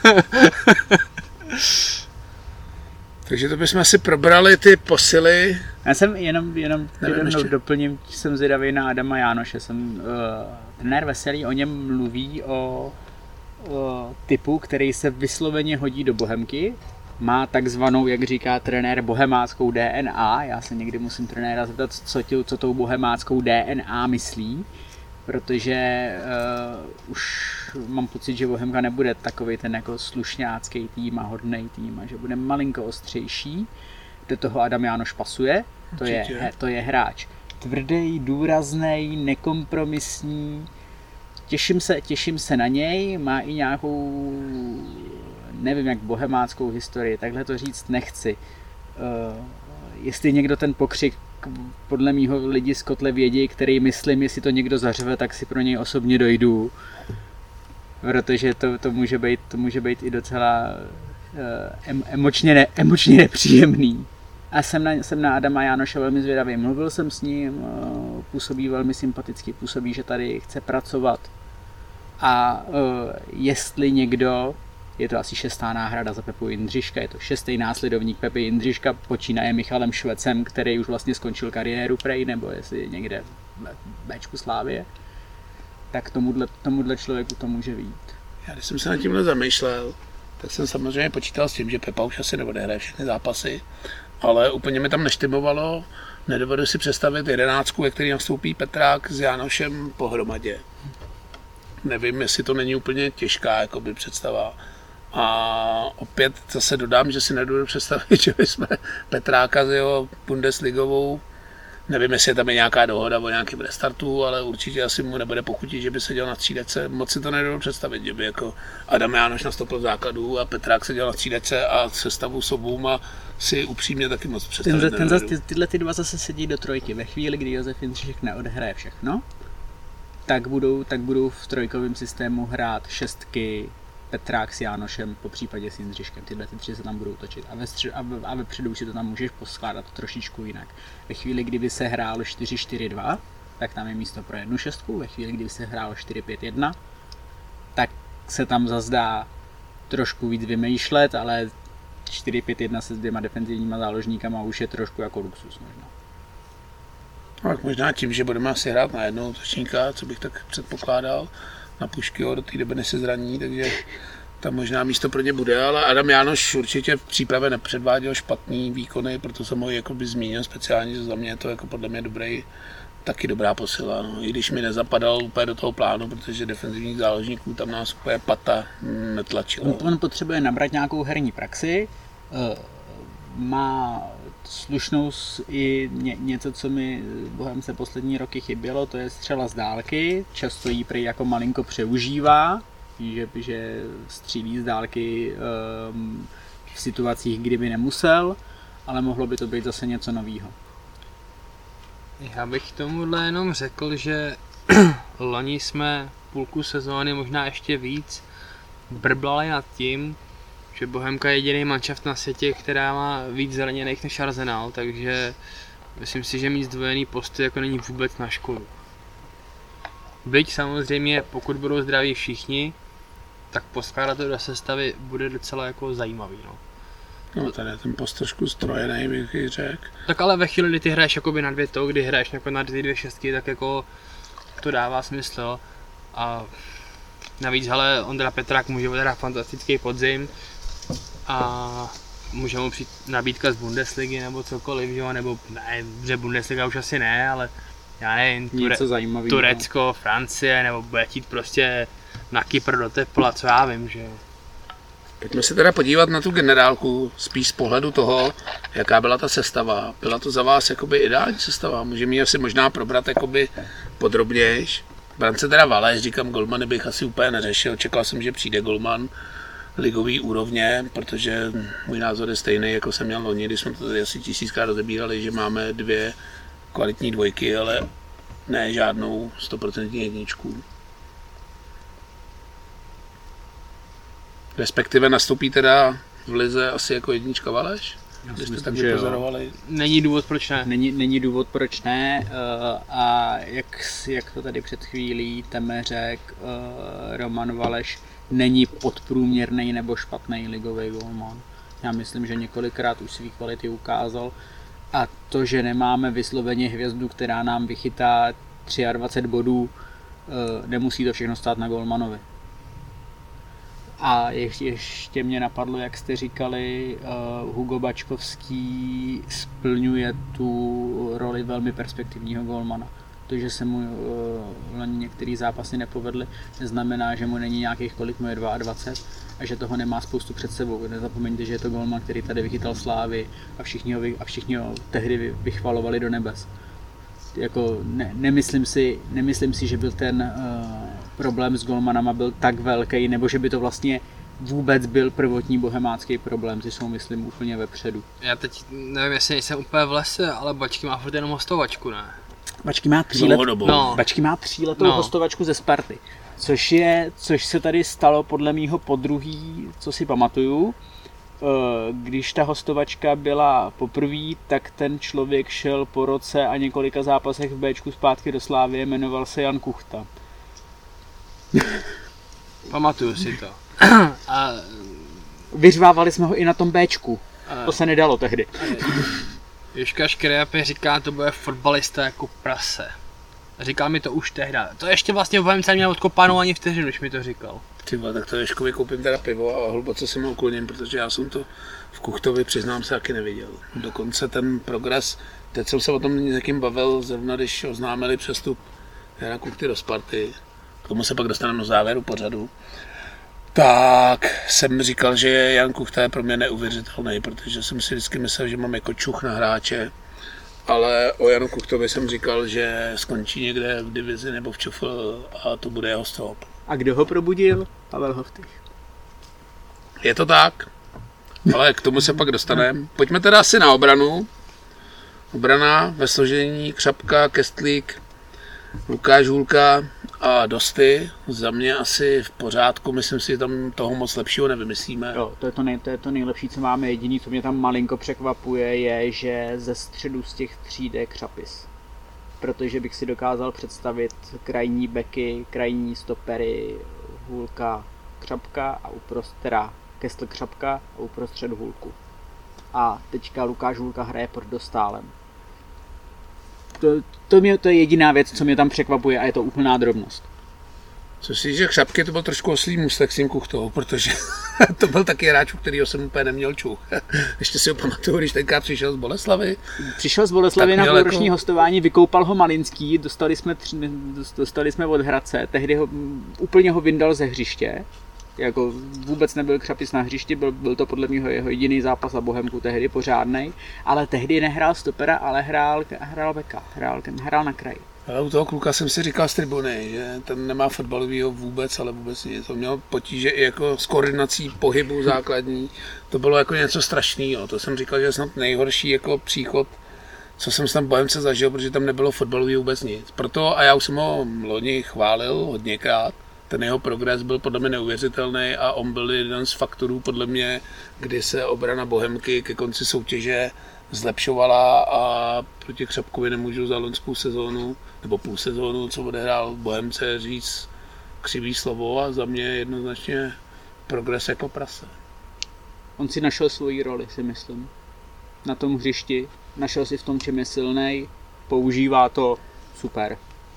Takže to bychom si probrali ty posily. Já jsem jenom, jenom jenom doplním, jsem zvědavý na Adama Jánoše. Jsem, uh, trenér Veselý o něm mluví o, o typu, který se vysloveně hodí do Bohemky. Má takzvanou, jak říká trenér, bohemáckou D N A. Já se někdy musím trenéra zeptat, co, tě, co tou bohemáckou D N A myslí. Protože uh, už mám pocit, že Bohemka nebude takovej ten jako slušňácký tým a hodnej tým a že bude malinko ostřejší. Do toho Adam Jánoš pasuje, to je, to je hráč tvrdý, důrazný, nekompromisní. Těším se, těším se na něj, má i nějakou, nevím jak bohemáckou historii, takhle to říct nechci. Uh, jestli někdo ten pokřik podle mýho lidi z Kotle vědí, který myslím, jestli to někdo zařve, tak si pro něj osobně dojdu. Protože to, to, může, být, to může být i docela uh, emočně, ne, emočně nepříjemný. A jsem na, jsem na Adama Jánoše velmi zvědavý. Mluvil jsem s ním, uh, působí velmi sympaticky, působí, že tady chce pracovat. A uh, jestli někdo, je to asi šestá náhrada za Pepu Jindřiška, je to šestý následovník Pepy Jindřiška, počínaje Michalem Švecem, který už vlastně skončil kariéru prej, nebo jestli někde v Béčku Slávie, tak tomuhle, tomuhle člověku to může vyjít. Já když jsem se nad tímhle zamýšlel, tak jsem samozřejmě počítal s tím, že Pepa už asi neodehraje všechny zápasy, ale úplně mi tam neštimovalo, nedovedu si představit jedenáctku, ve který nastoupí Petrák s Jánošem pohromadě. Nevím, jestli to není úplně těžká jakoby, představa. A opět zase dodám, že si nedovedu představit, že bychom Petráka s jeho Bundesligovou, nevím, jestli je tam nějaká dohoda o nějakém restartu, ale určitě asi mu nebude pochutit, že by se dělal na střídačce. Moc si to nedovedu představit, že by jako Adam Jánoš nastoupil v základu a Petrák se dělal na střídačce a sestavu sobům a si upřímně taky moc představit ten, ten zase, ty, Tyhle ty dva zase sedí do trojky. Ve chvíli, kdy Josef Jindřišek neodehraje všechno, tak budou, tak budou v trojkovém systému hrát šestky Petrák s Jánošem, po případě s Jindřiškem. Tyhle ty tři se tam budou točit. A ve, stři- a, ve, a vepředu si to tam můžeš poskládat trošičku jinak. Ve chvíli, kdyby se hrálo čtyři čtyři dva, tak tam je místo pro jednu šestku. Ve chvíli, kdyby se hrálo čtyři pět jedna, tak se tam zase dá trošku víc vymýšlet, ale čtyři pět jedna se s dvěma defenzivníma záložníkama už je trošku jako luxus možná. Tak možná tím, že budeme asi hrát na jednoho útočníka, co bych tak předpokládal, na Puškyho do té doby, než se zraní, takže tam možná místo pro ně bude, ale Adam Jánoš určitě v přípravě nepředváděl špatný výkony, proto jsem ho jakoby zmínil speciálně, že za mě je to jako podle mě dobrý, taky dobrá posila, no. I když mi nezapadal úplně do toho plánu, protože defenzivních záložníků tam nás úplně pata netlačilo. On, on potřebuje nabrat nějakou herní praxi, má slušnou i ně, něco, co mi Bohemce poslední roky chybělo, to je střela z dálky, často jí prý jako malinko přeužívá, že, že střílí z dálky um, v situacích, kdyby nemusel, ale mohlo by to být zase něco novýho. Já bych tomuhle jenom řekl, že loni jsme půlku sezóny, možná ještě víc, brblali nad tím, že Bohemka je jediný manšaft na světě, která má víc zraněných než Arsenal, takže myslím si, že mít zdvojený posty jako není vůbec na škodu. Byť samozřejmě, pokud budou zdraví všichni, tak poskládat to do sestavy bude docela jako zajímavý. No. No, tady je ten post trošku strojený, bych řekl. Tak ale ve chvíli, kdy ty hraješ jakoby na dvě to, kdy hraješ jako na ty dvě šestky, tak jako to dává smysl. A navíc, hele, Ondra Petrák může odehrát fantastický podzim a může mu přijít nabídka z Bundesligy nebo cokoliv, že? Nebo ne, že Bundesliga už asi ne, ale já nevím, Ture- Turecko, Francie, nebo bude chtít prostě na Kypr do tepla, co já vím, že Pojďme se teda podívat na tu generálku, spíš z pohledu toho, jaká byla ta sestava. Byla to za vás jakoby ideální sestava? Můžeme ji asi možná probrat jakoby podrobnějš. Brance teda Valeš, říkám, golmany bych asi úplně neřešil. Čekal jsem, že přijde golman ligový úrovně, protože můj názor je stejný, jako jsem měl loni, když jsme to tady asi tisíckrát rozebírali, že máme dvě kvalitní dvojky, ale ne žádnou stoprocentní jedničku. Respektive nastoupí teda v lize asi jako jednička Valeš? Když jste tak vypozorovali. Není důvod, proč ne. Není, není důvod, proč ne. Uh, a jak, jak to tady před chvílí Teme řek, uh, Roman Valeš není podprůměrný nebo špatný ligový golman. Já myslím, že několikrát už svý kvality ukázal. A to, že nemáme vysloveně hvězdu, která nám vychytá dvacet tři bodů, uh, nemusí to všechno stát na golmanovi. A ještě, ještě mě napadlo, jak jste říkali, uh, Hugo Bačkovský splňuje tu roli velmi perspektivního golmana. To, že se mu uh, některé zápasy nepovedly, neznamená, že mu není nějakých, kolik mu je dvacet dva a že toho nemá spoustu před sebou. Nezapomeňte, že je to golman, který tady vychytal slávy a všichni ho, a všichni ho tehdy vychvalovali do nebes. Jako ne, nemyslím, si, nemyslím si, že byl ten uh, problém s golmanama byl tak velký, nebo že by to vlastně vůbec byl prvotní bohemácký problém, ty jsou, myslím, úplně vepředu. Já teď nevím, jestli nejsem úplně v lese, ale Bačky má furt jenom hostovačku, ne? Bačky má tří, let, no. Bačky má tříletou no. hostovačku ze Sparty, což, je, což se tady stalo podle mýho podruhý, co si pamatuju. Když ta hostovačka byla poprvé, tak ten člověk šel po roce a několika zápasech v Bčku zpátky do Slávie, jmenoval se Jan Kuchta. Pamatuju si to. A... Vyřvávali jsme ho i na tom Bčku. A... To se nedalo tehdy. Jožka Škriapy říká, to bude fotbalista jako prase. Říkal mi to už tehda. To ještě vlastně v Bohemce měl odkopánou ani vteřinu, když mi to říkal. Tyba, tak to Jožkovi koupím teda pivo a hluboce se mu ukloním, protože já jsem to v Kuchtovi, přiznám se, taky neviděl. Dokonce ten progres, teď jsem se o tom s někým bavil, zrovna když oznámili přestup Jana Kuchty do Sparty, k tomu se pak dostaneme do závěru pořadu, tak jsem říkal, že Jan Kuchta je pro mě neuvěřitelný, protože jsem si vždycky myslel, že mám jako čuch na hráče, ale o Janu Kuchtovi jsem říkal, že skončí někde v divizi nebo v ČFL a to bude jeho stop. A kdo ho probudil? Pavel Hochtych. Je to tak, ale k tomu se pak dostaneme. Pojďme teda asi na obranu. Obrana ve složení Křapka, Kestlík, Lukáš Hůlka a Dosty. Za mě asi v pořádku, myslím si, že tam toho moc lepšího nevymyslíme. Jo, to je to, nej, to je to nejlepší, co máme. Jediný, co mě tam malinko překvapuje, je, že ze středu z těch tří jde Křapis. Protože bych si dokázal představit krajní beky, krajní stopery, Hůlka, Křapka a uprostřed Kestl Křapka a uprostřed Hůlku. A teďka Lukáš Hůlka hraje pod Dostálem. To, to, mě, to je jediná věc, co mě tam překvapuje a je to úplná drobnost. Co si že Křapky, to byl trošku oslý můstek s tím Kuchtou, protože to byl taky hráč, u kterýho jsem úplně neměl čuch. Ještě si ho pamatuju, když tenkrát přišel z Boleslavy. Přišel z Boleslavy na půlroční jako... hostování, vykoupal ho Malinský, dostali jsme, tři, dostali jsme od Hradce, tehdy ho, úplně ho vyndal ze hřiště. Jako vůbec nebyl Křapis na hřišti, byl, byl to podle mě jeho jediný zápas za Bohemku tehdy pořádnej, ale tehdy nehrál stopera, ale hrál, hrál beka, hrál, hrál na kraji. Ale u toho kluka jsem si říkal z tribuny, že ten nemá fotbalovýho vůbec, ale vůbec nic. To měl potíže i jako s koordinací pohybu základní. To bylo jako něco strašného. To jsem říkal, že je snad nejhorší jako příchod, co jsem tam v Bohemce zažil, protože tam nebylo fotbalový vůbec nic. Proto, a já už jsem ho loni chválil hodněkrát, ten jeho progres byl podle mě neuvěřitelný a on byl jeden z faktorů podle mě, kdy se obrana Bohemky ke konci soutěže zlepšovala a proti Křapkovi nemůžu za loňskou sezónu nebo půl sezónu, co odehrál v Bohemce, říct křivý slovo a za mě jednoznačně progres jako prase. On si našel svoji roli, si myslím. Na tom hřišti, našel si v tom, čem je silnej, používá to super.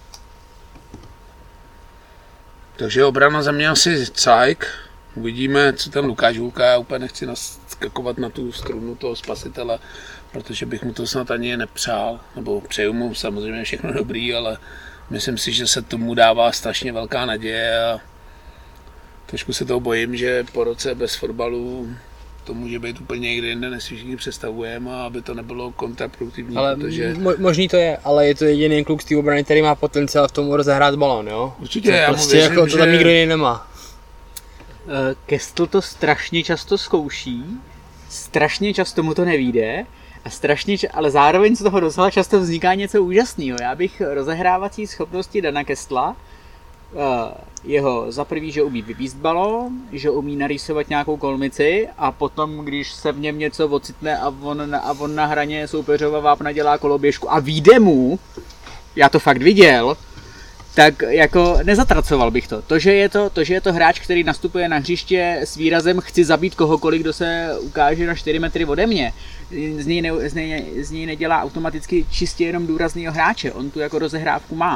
Takže obrana za mě asi cajk. Uvidíme, co ten Lukáš Hůlka, já úplně nechci naskakovat na tu strunu toho spasitele, protože bych mu to snad ani nepřál, nebo přeju mu samozřejmě všechno dobrý, ale myslím si, že se tomu dává strašně velká naděje a trošku se toho bojím, že po roce bez fotbalu to může být úplně někde jinde, než si všichni představujeme, a aby to nebylo kontraproduktivní, ale protože... mo- možný to je, ale je to jediný kluk z té obrany, který má potenciál v tom rozehrát balón, jo? Určitě, to já mu prostě věřím, jako, to tam že- nikdo jiný nemá. Kestl to strašně často zkouší, strašně často mu to nevyjde, a strašně, č- ale zároveň z toho docela často vzniká něco úžasného. Já bych rozehrávací schopnosti Dana Kestla, jeho za prvý, že umí vypíst balón, že umí narýsovat nějakou kolmici, a potom, když se v něm něco ocitne a on, a on na hraně soupeřova vápna dělá koloběžku a vyjde mu, já to fakt viděl, tak jako nezatracoval bych to. To, že je to, to, že je to hráč, který nastupuje na hřiště s výrazem chci zabít kohokoliv, kdo se ukáže na čtyři metry ode mě, z něj, ne, z něj, z něj nedělá automaticky čistě jenom důraznýho hráče. On tu jako rozehrávku má.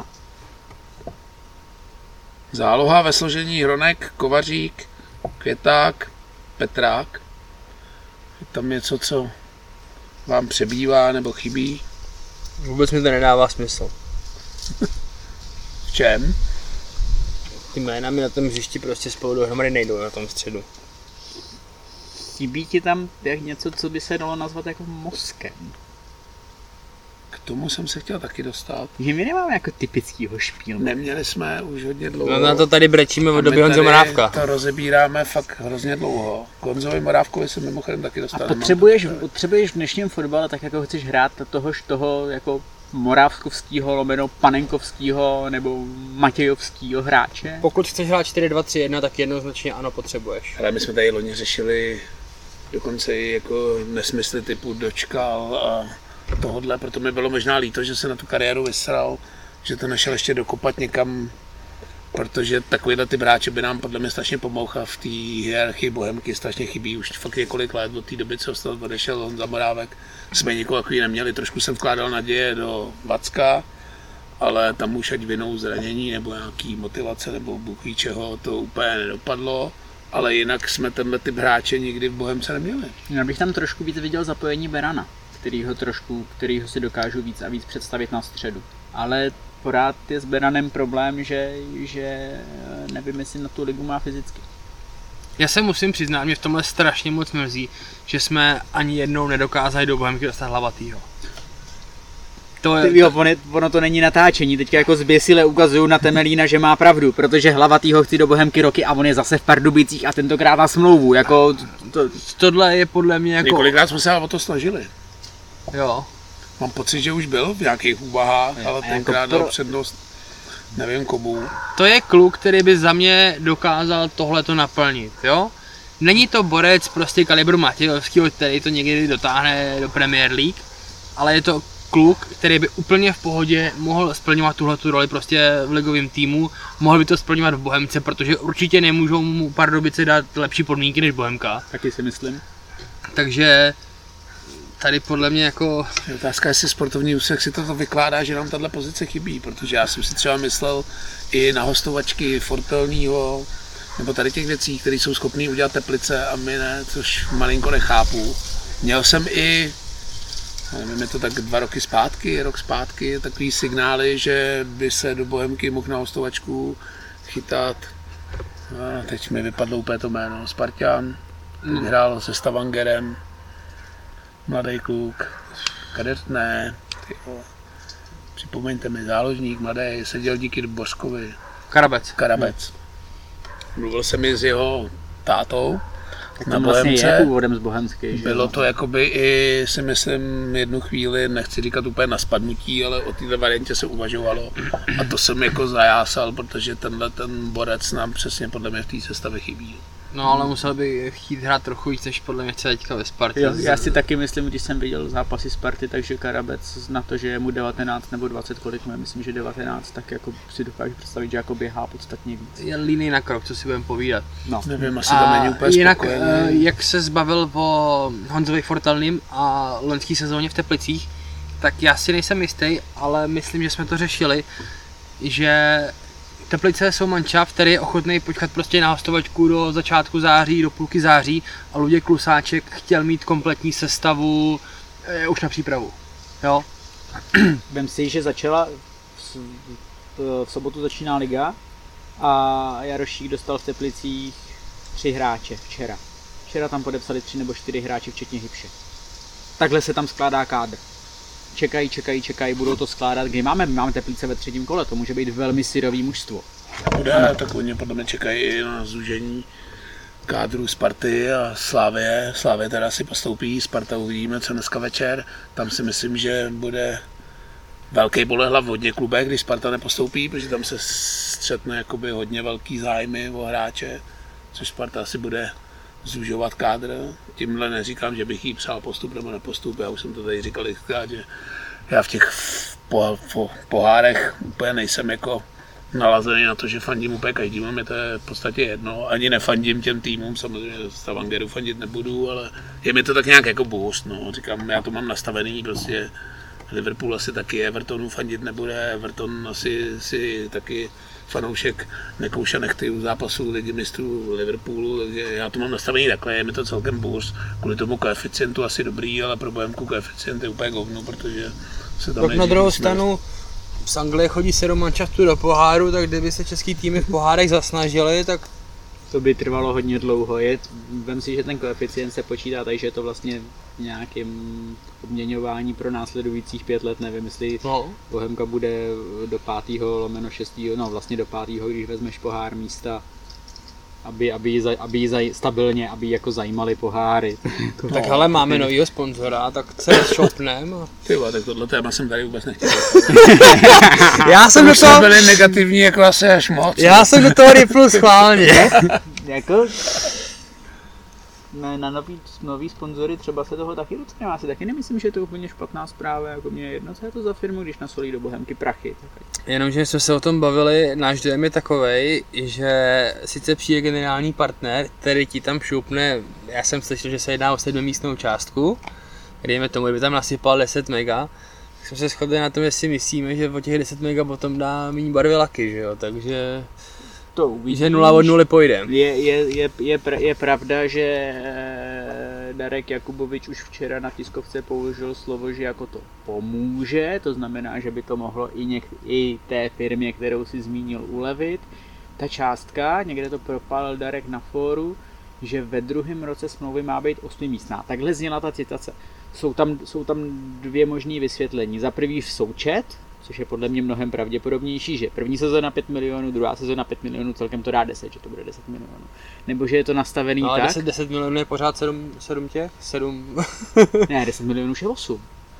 Záloha ve složení Hronek, Kovařík, Květák, Petrák. Je tam něco, co vám přebývá nebo chybí? Vůbec mi to nedává smysl. V čem? Ty jména mi na tom hřišti prostě spolu dohromady nejdou na tom středu. Chybí ti tam jak něco, co by se dalo nazvat jako mozkem. K tomu jsem se chtěl taky dostat. Že my nemáme jako typickýho špílku. Neměli jsme už hodně dlouho. No na to tady brečíme od A doby my Honzo tady Morávka. to rozebíráme fakt hrozně dlouho. K Honzovi Morávkovi se mimochodem taky A dostal. potřebuješ, potřebuješ v dnešním fotbale tak jako chceš hrát tohož toho jako morávkovskýho, lomeno panenkovskýho nebo matějovskýho hráče? Pokud chceš hrát čtyři dva tři jedna, tak jednoznačně ano, potřebuješ. Ale my jsme tady loni řešili dokonce i jako nesmysly typu dočkal a tohodle, proto mi bylo možná líto, že se na tu kariéru vysral, že to nešel ještě dokopat někam, protože takovýhle ty hráče by nám podle mě strašně pomohl a v té hierarchii Bohemky strašně chybí už fakt několik let od té doby, co odešel Honza Morávek. Jsme nikoho takový neměli, trošku jsem vkládal naděje do Vacka, ale tam už ať vinou zranění nebo nějaký motivace nebo bůh ví čeho, to úplně nedopadlo. Ale jinak jsme tenhle typ hráče nikdy v Bohemce neměli. Já bych tam trošku víc viděl zapojení Berana, kterýho trošku, kterýho si dokážu víc a víc představit na středu. Ale pořád je s Beranem problém, že, že nevím, jestli na tu ligu má fyzicky. Já se musím přiznat, mě v tomhle strašně moc mrzí, že jsme ani jednou nedokázali do Bohemky dostat Hlavatýho. To je, Jo, ono, ono to není natáčení, teďka jako zběsile ukazuju na Temelína, že má pravdu, protože Hlavatýho chci do Bohemky roky a on je zase v Pardubicích a tentokrát na smlouvu, jako to, tohle je podle mě jako... Několikrát jsme se ale o to snažili. Jo. Mám pocit, že už byl v nějakých úvahách, ale jako tenkrát pro- dal přednost nevím komu. To je kluk, který by za mě dokázal tohleto naplnit, jo? Není to borec prostě kalibru Matějovského, který to někdy dotáhne do Premier League, ale je to kluk, který by úplně v pohodě mohl splňovat tuhletu roli prostě v ligovém týmu, mohl by to splňovat v Bohemce, protože určitě nemůžou mu Pardubice dát lepší podmínky než Bohemka. taky si myslím. Takže tady podle mě jako... Je otázka, jestli sportovní úsek si toto vykládá, že nám tahle pozice chybí, protože já jsem si třeba myslel i na hostovačky Fortelního, nebo tady těch věcí, které jsou schopný udělat Teplice a my ne, což malinko nechápu. Měl jsem i, já nevím, je to tak dva roky zpátky, rok zpátky, takový signály, že by se do Bohemky mohl na hostovačku chytat, a teď mi vypadlo úplně to jméno, Spartan, teď hrál se Stavangerem, mladý kluk, kadet ne, ty vole. Připomeňte mi, záložník, mladý, seděl díky Bořkovi, Karabec. Karabec. Mluvil jsem i s jeho tátou Tak na tam vlastně Bohemce. je původem z Bohemské, že Bylo jo? to jakoby i, si myslím, jednu chvíli, nechci říkat úplně na spadnutí, ale o této variantě se uvažovalo. A to jsem jako zajásal, protože tenhle ten borec nám přesně podle mě v té sestavě chybí. No ale musel by chtít hrát trochu víc, než podle mě chce teďka ve Spartě. Jo, já si taky myslím, když jsem viděl zápasy Sparty, takže Karabec na to, že je mu devatenáct nebo dvacet, kolik mu, myslím, že devatenáct, tak jako si dokážu představit, že jako běhá podstatně víc. Je líný na krok, co si budeme povídat. No. Nevím, asi tam není úplně jinak, spokojený. eh, jak se zbavil o Honzovi Fortelným a loňský sezóně v Teplicích, tak já si nejsem jistý, ale myslím, že jsme to řešili, že Teplice jsou mančaft, který je ochotný počkat prostě na hostovačku do začátku září, do půlky září a Luděk Klusáček chtěl mít kompletní sestavu eh, už na přípravu. Jo? Vem si, že začala, v, v sobotu začíná liga a Jarošík dostal v Teplicích tři hráče včera. Včera tam podepsali tři nebo čtyři hráče, včetně Hybše. Takhle se tam skládá kádr. Čekají, čekají, čekají, budou to skládat. Kdy máme? Máme Teplice ve třetím kole, to může být velmi syrový mužstvo. Bude, tak oni podle mě čekají i na zúžení kádru Sparty a Slávie. Slávie teda si postoupí, Sparta uvidíme, co dneska večer. Tam si myslím, že bude velký bolehlav v hodně klubech, když Sparta nepostoupí, protože tam se střetne jakoby hodně velký zájmy o hráče, což Sparta asi bude zúžovat kádr. Tímhle neříkám, že bych jí přál postup nebo nepostup, já už jsem to tady říkal, že já v těch po, po, pohárech úplně nejsem jako nalazený na to, že fandím úplně každému, mi to je v podstatě jedno, ani nefandím těm týmům, samozřejmě Stavangeru fandit nebudu, ale je mi to tak nějak jako boost, no, říkám, já to mám nastavený, prostě Liverpool asi taky, Evertonu fandit nebude, Everton asi si taky fanoušek nekouša nechty u zápasu Ligy mistrů Liverpoolu, takže já to mám nastavený takhle, je mi to celkem boost, kvůli tomu koeficientu asi dobrý, ale pro Bohemku koeficient je úplně govnu, protože se tam tak na druhou stranu z Anglie chodí sedm manšaftů do poháru, tak kdyby se český týmy v pohárech zasnažili, tak to by trvalo hodně dlouho. Je, vem si, že ten koeficient se počítá, takže je to vlastně nějakým obměňování pro následujících pět let, nevím, jestli no. Bohemka bude do pátého lomeno šestého, no vlastně do pátého, když vezmeš pohár místa, aby, aby, ji, aby ji zaj, stabilně, aby ji jako zajímali poháry. No, tak ale máme novýho sponzora, tak se šopnem. A... Tyva, tak tohle téma jsem tady vůbec nechtěl. Já jsem do toho... byli negativní jako asi až moc. Já jsem do toho rypnul schválně. Jako... Na, na nový, nový sponzory třeba se toho taky docela. Já si taky nemyslím, že je to úplně špatná zpráva, jako mě jedno, co je to za firmu, když nasolí do Bohemky prachy. Tak... Jenomže jsme se o tom bavili, náš dojem je takovej, že sice přijde generální partner, který ti tam šoupne, já jsem slyšel, že se jedná o sedmimístnou částku, dejme tomu, kdyby tam nasypal deset mega, tak jsme se shodli na tom, že si myslíme, že o těch deset mega potom dá méně barvy laky, že jo, takže... To uvidíš. Že nula od nuly pojde. Je, je, je, je, pr- je pravda, že Darek Jakubovič už včera na tiskovce použil slovo, že jako to pomůže, to znamená, že by to mohlo i, něk- i té firmě, kterou si zmínil, ulevit. Ta částka, někde to propálil Darek na fóru, že ve druhém roce smlouvy má být osmimístná. Takhle zněla ta citace. Jsou tam, jsou tam dvě možné vysvětlení. Za prvý v součet, což je podle mě mnohem pravděpodobnější, že první sezóna pět milionů, druhá sezóna pět milionů, celkem to dá deset, že to bude deset milionů. Nebo že je to nastavený no, tak... deset, deset milionů je pořád sedm, sedm těch? sedm... ne, deset milionů je osm.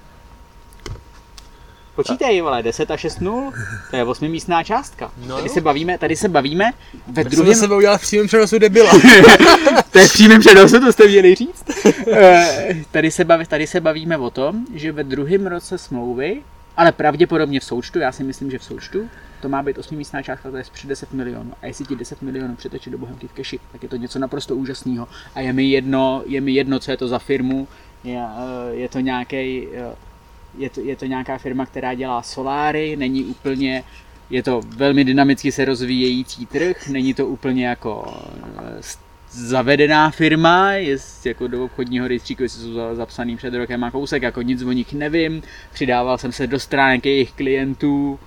Počítej, vole, deset a šest nul, to je osmimístná částka. No tady, se bavíme, tady se bavíme ve tak druhém... jsem sebe udělal v přímém přenosu debila. To je v přímém přenosu, to jste měli říct. tady, se baví, tady se bavíme o tom, že ve druhém roce smlouvy, ale pravděpodobně v součtu, já si myslím, že v součtu, to má být osmimístná částka, to je přes deset milionů. A jestli ti deset milionů přeteče do Bohemky v keši, tak je to něco naprosto úžasného. A je mi jedno, je mi jedno, co je to za firmu, je, je to nějaký... Je to, je to nějaká firma, která dělá soláry, není úplně, je to velmi dynamicky se rozvíjející trh, není to úplně jako zavedená firma, je jako do obchodního rejstříku, jestli jsou zapsaný před rokem a kousek, jako nic o nich nevím, přidával jsem se do stránek jejich klientů,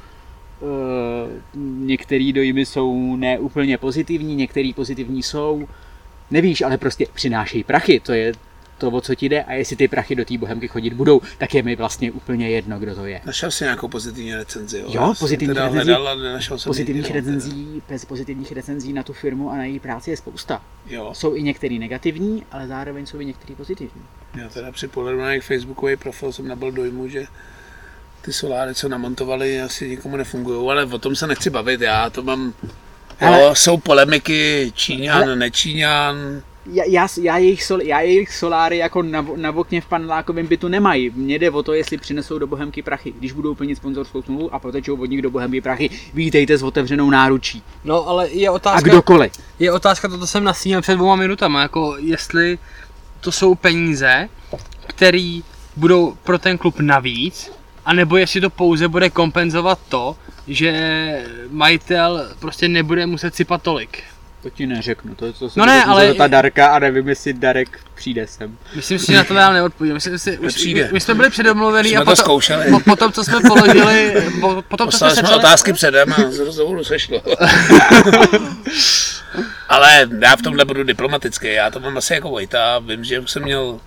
některý dojmy jsou neúplně pozitivní, některý pozitivní jsou, nevíš, ale prostě přinášejí prachy, to je to, o co ti jde, a jestli ty prachy do té Bohemky chodit budou, tak je mi vlastně úplně jedno, kdo to je. Našel jsi nějakou pozitivní recenzi, jo? Jo, pozitivních recenzí, hledal, pozitivních, recenzí, bez pozitivních recenzí na tu firmu a na její práci je spousta. Jo. Jsou i některý negativní, ale zároveň jsou i některý pozitivní. Já teda při pohledu na jejich facebookový profil jsem nabyl dojmu, že ty soláry, co namontovali, asi nikomu nefungují, ale o tom se nechci bavit, já to mám, ale... jo, jsou polemiky, Číňan, ale... nečíňan. Já, já, já, jejich sol, já jejich soláry jako na, na okně v panelákovém bytu nemají. Mně jde o to, jestli přinesou do Bohemky prachy. Když budou plnit sponzorskou smlouvu a protečou od nich do Bohemky prachy, vítejte s otevřenou náručí. No ale je otázka... A kdokoliv. Je otázka, toto jsem nasínil před dvouma minutama, jako jestli to jsou peníze, které budou pro ten klub navíc, anebo jestli to pouze bude kompenzovat to, že majitel prostě nebude muset sypat tolik. To ti neřeknu, to, to no ne, ale... ta Darka a nevím, jestli Darek přijde sem. Myslím si, že na to já neodpovím, myslím si, už, my, my jsme byli předomluvený a potom, po, potom, co jsme položili, po, potom, co jsme jsme otázky předem a z rozhovoru sešlo. Ale já v tomhle budu diplomatický, já to mám asi jako Vojta, vím, že už jsem měl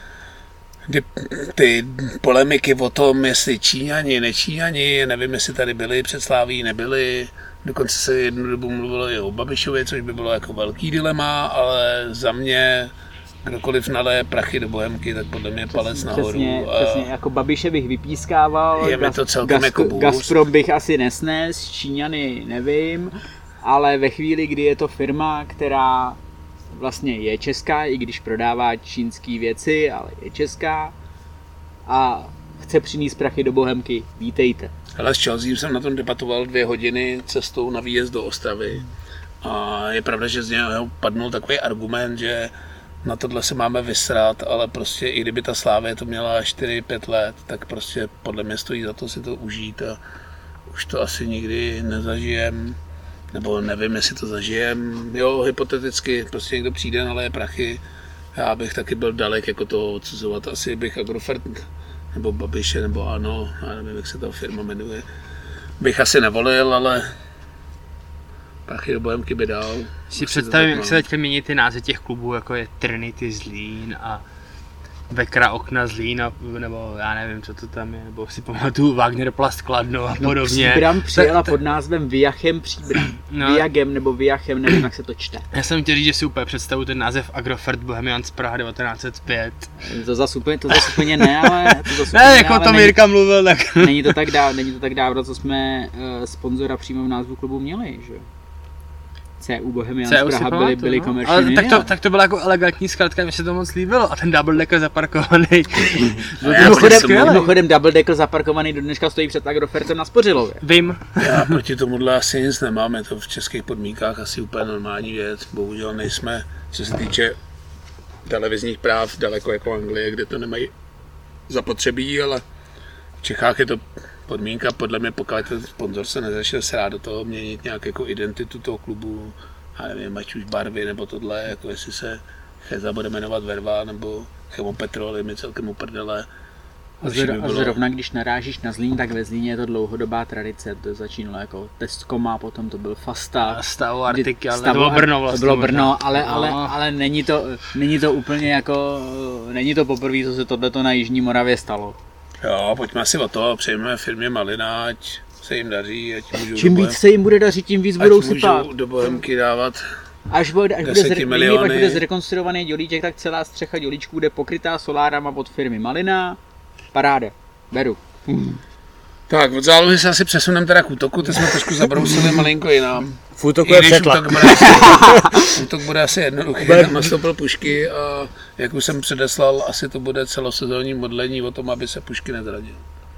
ty polemiky o tom, jestli Číňani, nečíňani, nevím, jestli tady byli před Sláví, nebyli. Dokonce se jednu dobu mluvilo i o Babišovi, což by bylo jako velký dilema, ale za mě kdokoliv naleje prachy do Bohemky, tak podle mě palec nahoru. Přesně, přesně, jako Babiše bych vypískával, je mi to celkem Gas, jako bůz. Gazprom bych asi nesnes, Číňany nevím, ale ve chvíli, kdy je to firma, která vlastně je česká, i když prodává čínské věci, ale je česká a chce přinést prachy do Bohemky, vítejte. Hele, s Chelsea jsem na tom debatoval dvě hodiny cestou na výjezd do Ostravy a je pravda, že z něho padnul takový argument, že na tohle se máme vysrat, ale prostě i kdyby ta Slávě to měla čtyři pět let, tak prostě podle mě stojí za to si to užít a už to asi nikdy nezažijem, nebo nevím, jestli to zažijem. Jo, hypoteticky, prostě někdo přijde, naleje prachy, já bych taky byl dalek jako toho odsuzovat, asi bych Agrofert nebo Babiše, nebo ANO, já nevím, jak se ta firma jmenuje, bych asi nevolil, ale prachy do Bohemky by dal. Si představím, jak se teďka mění ty názvy těch klubů, jako je Trinity Zlín a Vekra Okna Zlín, a, nebo já nevím, co to tam je, nebo si pamatuju Wagnerplast Kladno a no, podobně. Příbram přijela pod názvem Viachem Příbram. No. Viagem nebo Viachem, nevím, jak se to čte. Já jsem chtěl říct, že si úplně představuji ten název Agrofert Bohemians Praha devatenáct set pět. To zase úplně, to zase úplně ne, ale... To zase ne, ne, jako ale to Mirka mluvil, tak... Není to tak dávno, není to tak dávno, co jsme uh, sponzora přímo v názvu klubu měli, že jo? C U Bohemians Praha byli, byli komerční. Ale tak to, tak to byla jako elegantní zkratka, mi se to moc líbilo a ten double decker zaparkovaný. Mimochodem, mimochodem double decker zaparkovaný do dneška stojí před Agrofertem na Spořilově. Vím. Já proti tomuhle asi nic nemám, je to v českých podmínkách asi úplně normální věc. Bohužel nejsme, co se týče televizních práv, daleko jako Anglie, kde to nemají zapotřebí, ale v Čechách je to podmínka, podle mě, pokud ten sponzor se nezačne srát do toho měnit nějak jako identitu toho klubu, já nevím, ať už barvy nebo tohle, jako jestli se Cheza bude jmenovat Verva nebo Chemopetrol, je mi celkem uprdele. A, zr- by bylo... a zrovna když narážíš na Zlín, tak ve Zlíně je to dlouhodobá tradice, to začínalo jako Tescoma, potom to byl Fasta. Stavu Artiky, ale to bylo Brno vlastně. To bylo Brno, ale, ale, ale není, to, není to úplně jako, není to poprvé, co se tohleto na Jižní Moravě stalo. Jo, pojďme si o to, přejmeme firmě Malina, ať se jim daří, ať můžou čím víc se jim bude dařit, tím víc budou sypat. do Bohemky dávat Až bude, až bude, zre, až bude zrekonstruovaný dělíček, tak celá střecha dělíčků bude pokrytá solárama od firmy Malina. Paráda, beru. Hmm. Tak, od zálohy se asi přesuneme teda k útoku, to jsme trošku zabrousili malinko jinam. V útoku je přetlak. Útok bude asi, útok bude asi jednoduchý, tam nastoupil Pušky a jak už jsem předeslal, asi to bude celosezónní modlení o tom, aby se Pušky nezradil.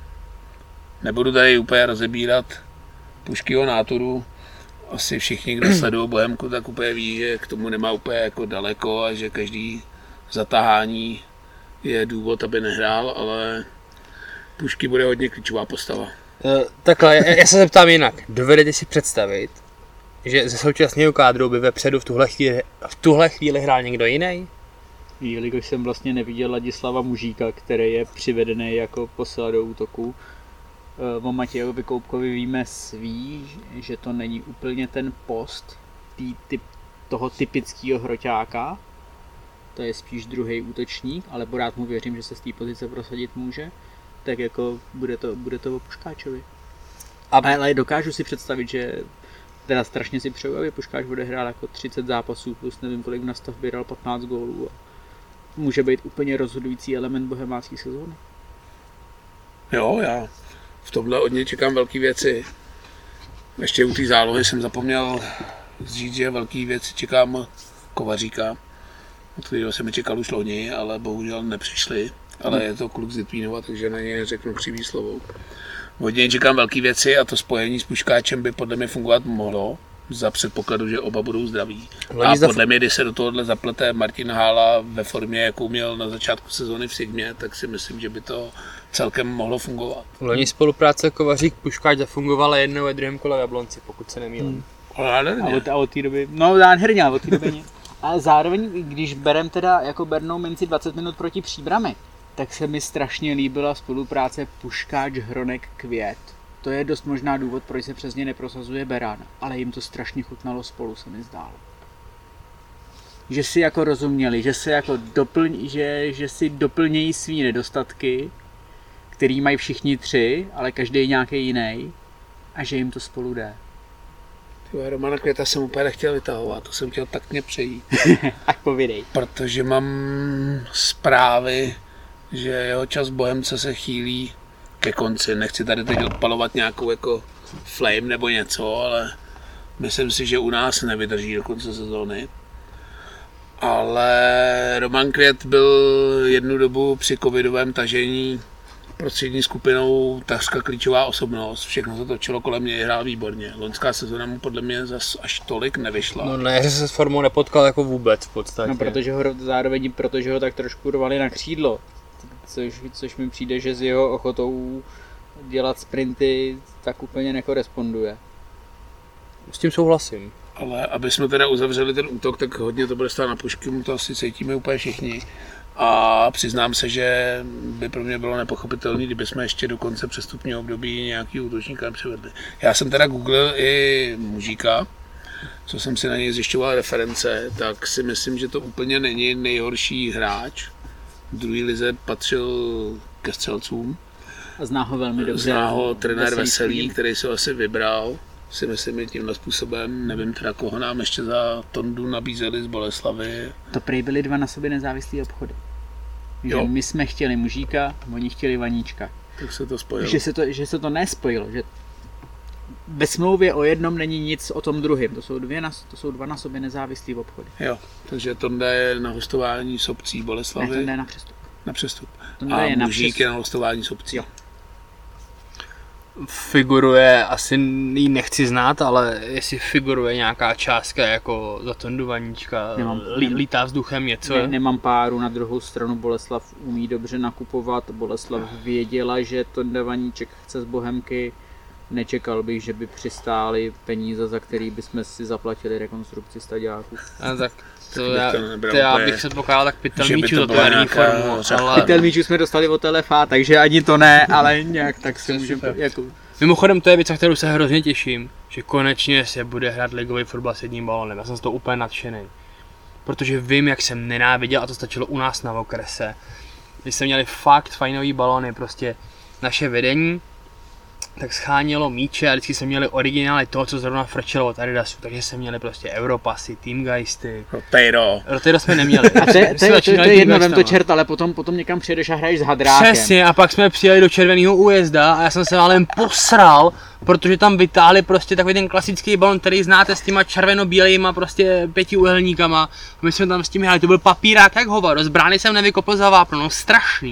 Nebudu tady úplně rozebírat Puškyho náturu. Asi všichni, kdo sledují Bohemku, tak úplně ví, že k tomu nemá úplně jako daleko a že každý zatahání je důvod, aby nehrál, ale Pušky bude hodně klíčová postava. Uh, takhle, já, já se zeptám jinak. Dovedete si představit, že ze současného kádru by vepředu v tuhle chvíli, v tuhle chvíli hrál někdo jiný? Jelikož jsem vlastně neviděl Ladislava Mužíka, který je přivedený jako posila do útoku. O Matějovi Koupkovi víme sví, že to není úplně ten post tý, typ, toho typického hroťáka. To je spíš druhý útočník, ale pořád mu věřím, že se z té pozice prosadit může. Tak jako bude to, bude to o Puškáčovi. A... Ale dokážu si představit, že teda strašně si přeju, aby Puškáč odehrál jako třicet zápasů plus nevím kolik v nastavbě dal patnáct gólů. A může být úplně rozhodující element bohemácké sezóny. Jo, já v tomhle od něj čekám velké věci. Ještě u té zálohy jsem zapomněl říct, že velké věci čekám Kovaříka, od kterého jsem čekal už loni, ale bohužel nepřišli. Ale je to kluk z Litvínova, takže na něj řeknu křivý slovo. Od něj čekám velké věci a to spojení s Puškáčem by podle mě fungovat mohlo, za předpokladu, že oba budou zdraví. A podle mě, když se do tohohle zaplete Martin Hála ve formě, jakou měl na začátku sezóny v Sigmě, tak si myslím, že by to celkem mohlo fungovat. Loni spolupráce Kovařík Puškáč zafungovala jednou ve druhém kole v Jablonci, pokud se nemýlím. Hmm. A od, a od té doby, no nádherně, ale od té doby. A zároveň, když berem teda jako bernou minci dvacet minut proti Příbrami, tak se mi strašně líbila spolupráce Puškáč, Hronek, Květ. To je dost možná důvod, proč se přesně neprosazuje Beran, ale jim to strašně chutnalo spolu, se mi zdálo. že si jako rozuměli, že si jako doplň, že, že si doplnějí svý nedostatky, který mají všichni tři, ale každý nějaký jiný, a že jim to spolu jde. Tyhle, Romana Květa jsem úplně nechtěl vytahovat, to jsem chtěl taktně přejít. Tak povědej. Protože mám zprávy, že jeho čas Bohemce se chýlí ke konci. Nechci tady teď odpalovat nějakou jako flame nebo něco, ale myslím si, že u nás nevydrží do konce sezóny. Ale Roman Květ byl jednu dobu při covidovém tažení prostřední skupinou takřka klíčová osobnost. Všechno se točilo kolem něj, hrál výborně. Loňská sezóna mu podle mě zas až tolik nevyšla. No ne, že se s formou nepotkal jako vůbec v podstatě. No protože ho zároveň, protože ho tak trošku rvali na křídlo. Což, což mi přijde, že s jeho ochotou dělat sprinty tak úplně nekoresponduje. S tím souhlasím. Ale aby jsme teda uzavřeli ten útok, tak hodně to bude stát na pušky, mu to asi cítíme úplně všichni. A přiznám se, že by pro mě bylo nepochopitelné, kdyby jsme ještě do konce přestupního období nějaký útočníka nepřivedli. Já jsem teda googlil i Mužíka, co jsem si na něj zjišťoval reference, tak si myslím, že to úplně není nejhorší hráč. V druhé lize patřil ke střelcům. A zná ho velmi dobře. Zná ho trenér Veselý, Veselý, který se asi vybral. Si myslím, tímhle způsobem, nevím teda, koho nám ještě za Tondu nabízeli z Boleslavy. To prý byly dva na sobě nezávislý obchody. Že Jo. my jsme chtěli Mužíka, oni chtěli Vaníčka. Tak se to spojilo. Že se to, že se to nespojilo, že ve smlouvě o jednom není nic o tom druhém. To jsou, dvě na, to jsou dva na sobě nezávislý obchody. Jo, takže Tonda je na hostování s obcí Boleslavy. Ne, to jde na přestup. Na přestup. Tonda A je na Mužík přestup. je na hostování s obcí. Jo. Figuruje, asi ji nechci znát, ale jestli figuruje nějaká částka jako za Tondu Vaníčka, Nemám- lí, lítá vzduchem něco. Ne, nemám páru, na druhou stranu Boleslav umí dobře nakupovat. Boleslav věděla, že Tonda Vaníček chce z Bohemky. Nečekal bych, že by přistály peníze, za který bychom si zaplatili rekonstrukci stadiáků. A tak to bych já, to nebral to já úplně, bych se pokládal tak pytel že by míčů to za tu byla herní nějaká formu, řada. ale Pytel míčů jsme dostali od L F A, takže ani to ne, ale nějak tak si můžeme jako... mimochodem to je věc, na kterou se hrozně těším, že konečně se bude hrát ligový fotbal s jedním balonem. Já jsem z toho úplně nadšený. Protože vím, jak jsem nenáviděl, a to stačilo u nás na okrese, když jsme měli fakt fajnový balony, prostě naše vedení, tak schánělo míče a vždycky jsme měli originály toho, co zrovna frčelo od Adidasu, takže jsme měli prostě Europasy, Teamgeisty. Roteiro. Roteiro jsme neměli. A to je, to Jsme je, to je, to začínali je jedno, vem to Teamgeistama. čert, ale potom, potom někam přijedeš a hraješ s hadrákem. Přesně, a pak jsme přijeli do Červeného újezda a já jsem se málem posral, protože tam vytáhli prostě takový ten klasický balon, který znáte s těma červeno-bílejma prostě pětiúhelníkama. A my jsme tam s tím hráli, to byl papírák jak hovado, z brány jsem nevykopl za vápno, no strašný.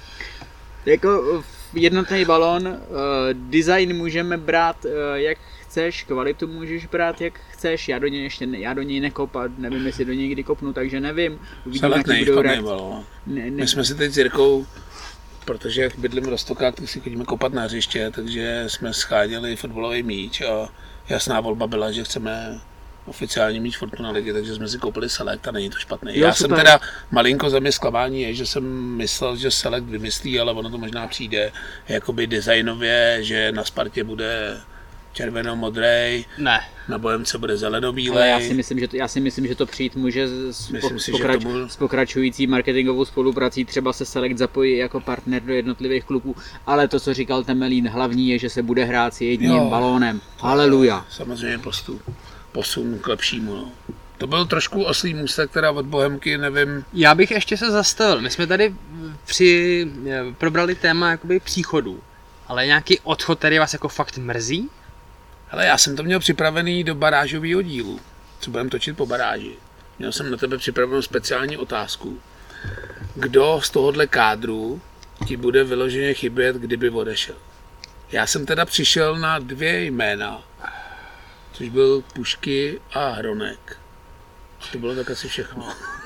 Jako jednotný balon, uh, design můžeme brát uh, jak chceš, kvalitu můžeš brát jak chceš, já do něj ještě ne, já do něj nekopat, nevím jestli do něj kdy kopnu, takže nevím. Uvidíme, jaký Seleknej, budou špatný reakce. balón. Ne, ne, My jsme si teď s Jirkou, protože jak bydlím v Roztokách, tak si chodíme kopat na hřiště, takže jsme scháněli fotbalový míč a jasná volba byla, že chceme oficiální míč Fortuna ligy, takže jsme si koupili Select a není to špatný. Jo, Já super. jsem teda malinko za mě zklamání je, že jsem myslel, že Select vymyslí, ale ono to možná přijde jakoby designově, že na Spartě bude červeno-modrej, Ne. na Bohemce bude ale zeleno-bílej. já si myslím, že to, já si myslím, že to přijít může s, Myslím po, si, že pokrač, tomu- s pokračující marketingovou spoluprací, třeba se Select zapojí jako partner do jednotlivých klubů, ale to, co říkal Temelín, hlavní je, že se bude hrát s jedním Jo. balónem. Haleluja. Samozřejmě postup, posun k lepšímu. No. To byl trošku oslý můstek, teda od Bohemky, nevím. Já bych ještě se zastavil, my jsme tady při, probrali téma jakoby příchodů, ale nějaký odchod, který vás jako fakt mrzí? Hele, já jsem to měl připravený do barážového dílu, co budeme točit po baráži. Měl jsem na tebe připravenou speciální otázku. Kdo z tohohle kádru ti bude vyloženě chybět, kdyby odešel? Já jsem teda přišel na dvě jména, což byl Pušky a Hronek. To bylo tak asi všechno.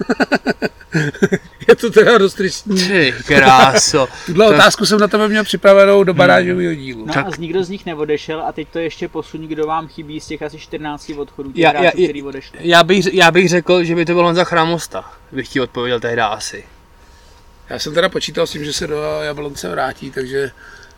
Je to teda dost tristní. Ty kráso. Tuhle otázku jsem na tebe měl připravenou do barážového dílu. No Tak- a z nikdo z nich neodešel a teď to ještě posuň, kdo vám chybí z těch asi čtrnácti odchodů, těch Já- hráčů, já- já- který odešli. Já bych, já bych řekl, že by to byl Honza Chramosta, bych ti odpověděl tehdy asi. Já jsem teda počítal s tím, že se do Jablonce vrátí, takže...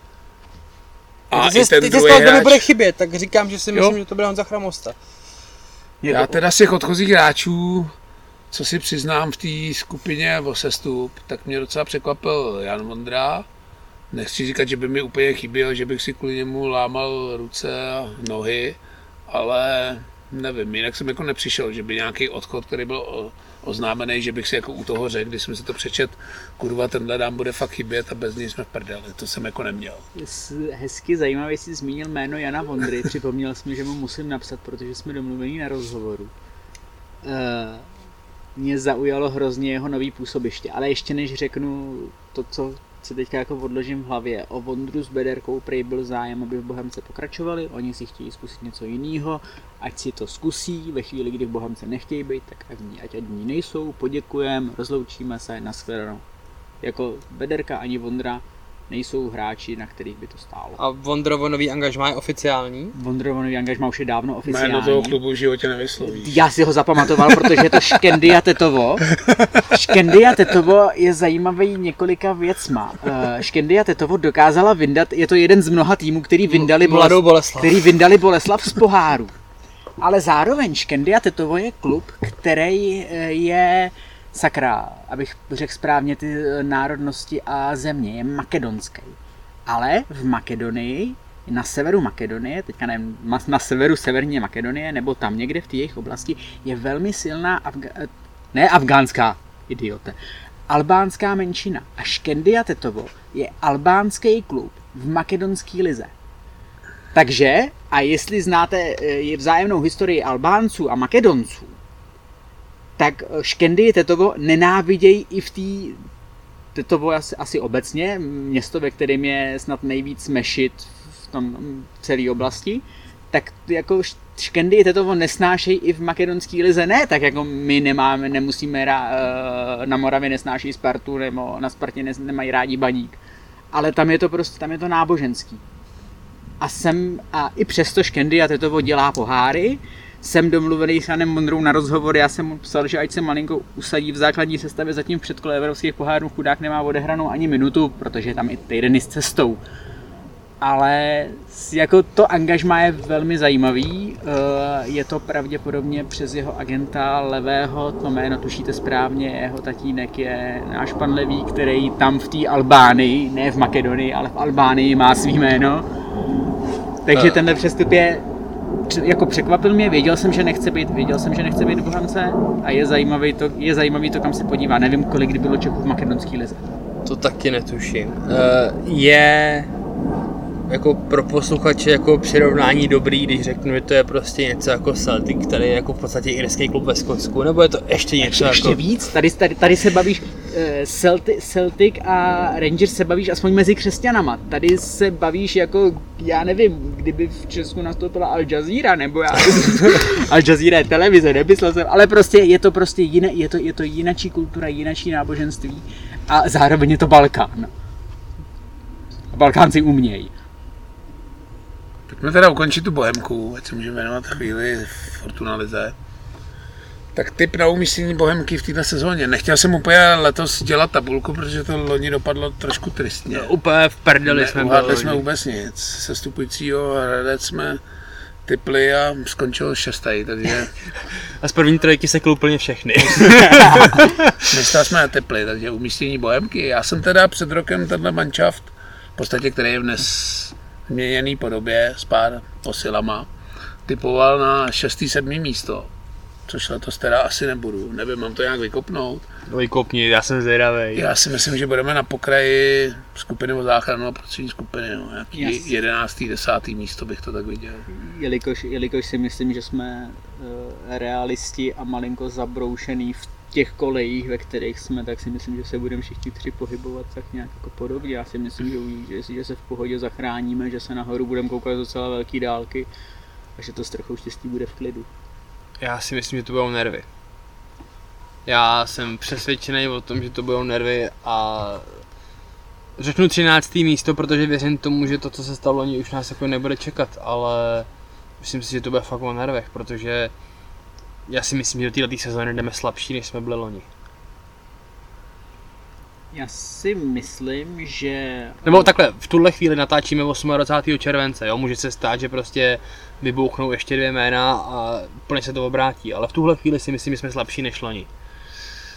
A i ten ty druhý z toho hráč. nebude chybět, tak říkám, že si myslím, Jo. že to bude Honza Chramosta. Je Já to- teda z těch odchozích hráčů co si přiznám v té skupině o sestup, tak mě docela překvapil Jan Vondra. Nechci říkat, že by mi úplně chyběl, že bych si kvůli němu lámal ruce a nohy, ale nevím, jinak jsem jako nepřišel, že by nějaký odchod, který byl oznámený, že bych si jako u toho řekl, když jsem si to přečet, kurva, tenhle dám bude fakt chybět a bez něj jsme v prdeli, to jsem jako neměl. Hezky zajímavě jsi zmínil jméno Jana Vondry, připomněl jsem, že mu musím napsat, protože jsme domluvení na rozhovoru. Uh, mě zaujalo hrozně jeho nový působiště, ale ještě než řeknu to, co si teďka jako odložím v hlavě, o Vondru s Bederkou prej byl zájem, aby v Bohemce pokračovali, oni si chtějí zkusit něco jiného, ať si to zkusí, ve chvíli, kdy v Bohemce nechtějí být, tak ať ní, ať ní nejsou, poděkujeme, rozloučíme se, nashledanou. Jako Bederka ani Vondra nejsou hráči, na kterých by to stálo. A Vondrovo nový angažmá je oficiální? Vondrovo nový angažmá už je dávno oficiální. Jméno toho klubu v životě nevyslovíš. Já si ho zapamatoval, protože je to Škendia Tetovo. Škendia Tetovo je zajímavý několika věcma. Škendia Tetovo dokázala vyndat, je to jeden z mnoha týmů, který vyndali, Boleslav, Boleslav. který vyndali Boleslav z poháru. Ale zároveň Škendia Tetovo je klub, který je... Sakra, abych řekl správně ty národnosti a země, je makedonský. Ale v Makedonii, na severu Makedonie, teďka nevím, na severu severní Makedonie, nebo tam někde v té jejich oblasti, je velmi silná, Afga- ne afgánská, idiote, albánská menšina. A Škendia Tetovo je albánský klub v makedonské lize. Takže, a jestli znáte vzájemnou historii Albánců a Makedonců, tak Škendy Tetovo nenávidějí i v té Tetovo asi, asi obecně, město, ve kterém je snad nejvíc mešit v tom celé oblasti, tak jako Škendy Tetovo nesnášejí i v makedonské lize, ne tak jako my nemáme, nemusíme rá, na Moravě nesnáší Spartu nebo na Spartě nemají rádi Baník, ale tam je to prostě, tam je to náboženský. A jsem, a i přesto Škendy Tetovo dělá poháry, jsem domluvený s Janem Vondrou na rozhovor, já jsem mu psal, že ať se malinko usadí v základní sestavě, zatím v předkole evropských pohárů chudák nemá odehranou ani minutu, protože tam i týden s cestou. Ale jako to angažmá je velmi zajímavý, je to pravděpodobně přes jeho agenta levého, to jméno tušíte správně, jeho tatínek je náš pan Levý, který tam v té Albánii, ne v Makedonii, ale v Albánii má svý jméno. Takže tenhle přestup je jako překvapil mě, věděl jsem, že nechce být, věděl jsem, že nechce být v Bohemce a je zajímavý to, je zajímavý to, kam se podívá. Nevím, kolik kdy bylo Čechů v makedonské lize. To taky netuším. Je jako pro posluchače jako přirovnání dobrý, když řeknu, že to je prostě něco jako Celtic, který je jako v podstatě irský klub ve Skotsku, nebo je to ještě něco ještě, jako... Ještě víc? Tady, tady, tady se bavíš, Celtic, Celtic a Rangers se bavíš aspoň mezi křesťanama. Tady se bavíš jako, já nevím, kdyby v Česku nastoupila Al Jazeera, nebo já Al Jazeera je televize, nemyslel jsem, ale prostě je to prostě jiné, je to, je to jinačí kultura, jinačí náboženství a zároveň je to Balkán. A Balkánci umějí. Pojďme teda ukončit tu Bohemku, ať se můžeme věnovat chvíli v Fortuna lize. Tak tip na umístění Bohemky v této sezóně. Nechtěl jsem úplně letos dělat tabulku, protože to loni dopadlo trošku tristně. No, úplně v prdeli jsme byli. Uhádli jsme vůbec nic. Sestupujícího Hradec jsme tipli a skončil šestý, takže... A z první trojky se úplně všechny. Místa jsme netipli, takže umístění Bohemky. Já jsem teda před rokem tenhle manšaft, v podstatě, který je dnes změněný podobě s pár posilama, typoval na šestý sedmý místo. Což letos teda asi nebudu, nevím, mám to nějak vykopnout. Vykopni, já jsem zvědavej. Já si myslím, že budeme na pokraji skupiny o záchranu a prostřední skupiny, no. Nějaký jedenáctý desátý místo bych to tak viděl. Jelikož, jelikož si myslím, že jsme uh, realisti a malinko zabroušený v těch kolejích, ve kterých jsme, tak si myslím, že se budeme všichni tři pohybovat tak nějak jako podobně. Já si myslím, že, že, že se v pohodě zachráníme, že se nahoru budeme koukat z docela velký dálky a že to s trochou štěstí bude v klidu. Já si myslím, že to budou nervy. Já jsem přesvědčený o tom, že to budou nervy a řeknu třinácté místo, protože věřím tomu, že to, co se stalo loni, už nás jako nebude čekat, ale myslím si, že to bude fakt o nervech, protože já si myslím, že do této sezóny jdeme slabší, než jsme byli loni. Já si myslím, že... Nebo takhle, v tuhle chvíli natáčíme dvacátého osmého července, jo? Může se stát, že prostě vybouchnou ještě dvě jména a úplně se to obrátí, ale v tuhle chvíli si myslím, že jsme slabší než loni.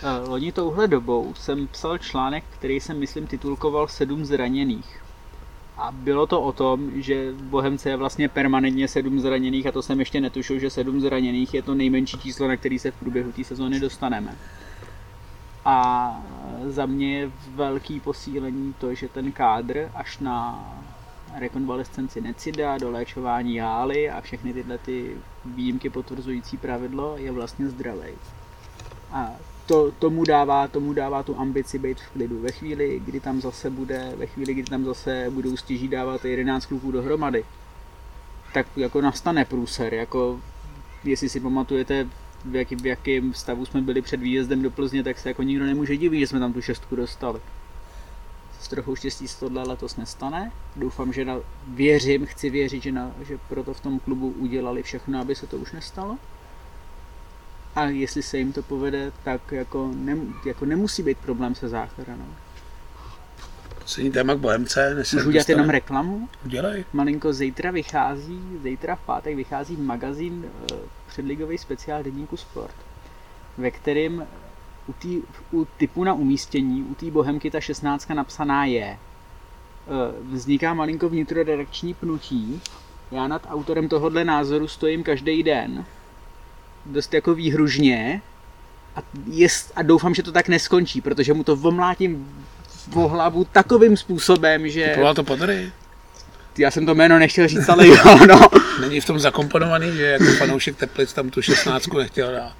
Loni touhle dobou jsem psal článek, který jsem myslím titulkoval Sedm zraněných. A bylo to o tom, že v Bohemce je vlastně permanentně sedm zraněných a to jsem ještě netušil, že sedm zraněných je to nejmenší číslo, na který se v průběhu té sezóny dostaneme. A za mě je velký posílení to, že ten kádr až na rekonvalescenci Necida, doléčování Jály a všechny tyhle ty výjimky potvrzující pravidlo je vlastně zdravý. A to, tomu, dává, tomu dává tu ambici být v klidu. Ve chvíli, kdy tam zase bude, ve chvíli, kdy tam zase budou stíží dávat jedenáct kluků dohromady, tak jako nastane průser, jako jestli si pamatujete, v, jaký, v jakém stavu jsme byli před výjezdem do Plzně, tak se jako nikdo nemůže divit, že jsme tam tu šestku dostali. S trochou štěstí se tohle letos nestane. Doufám, že na, věřím, chci věřit, že, na, že proto v tom klubu udělali všechno, aby se to už nestalo. A jestli se jim to povede, tak jako, nem, jako nemusí být problém se záchranou. Poslední téma k Bohemce. Můžu udělat jenom reklamu? Udělej. Malinko, zítra vychází, zítra v pátek vychází magazín uh, předligový speciál deníku Sport, ve kterém u, tý, u typu na umístění, u té Bohemky ta šestnáctka napsaná je. Uh, vzniká malinko vnitroredakční pnutí. Já nad autorem tohohle názoru stojím každý den. Dost jako výhružně a, jest, a doufám, že to tak neskončí, protože mu to omlátím v hlavu takovým způsobem, že... Typoval to Podry? Já jsem to jméno nechtěl říct, ale jo, no. Není v tom zakomponovaný, že jako fanoušek Teplic tam tu šestnáctku nechtěl dát?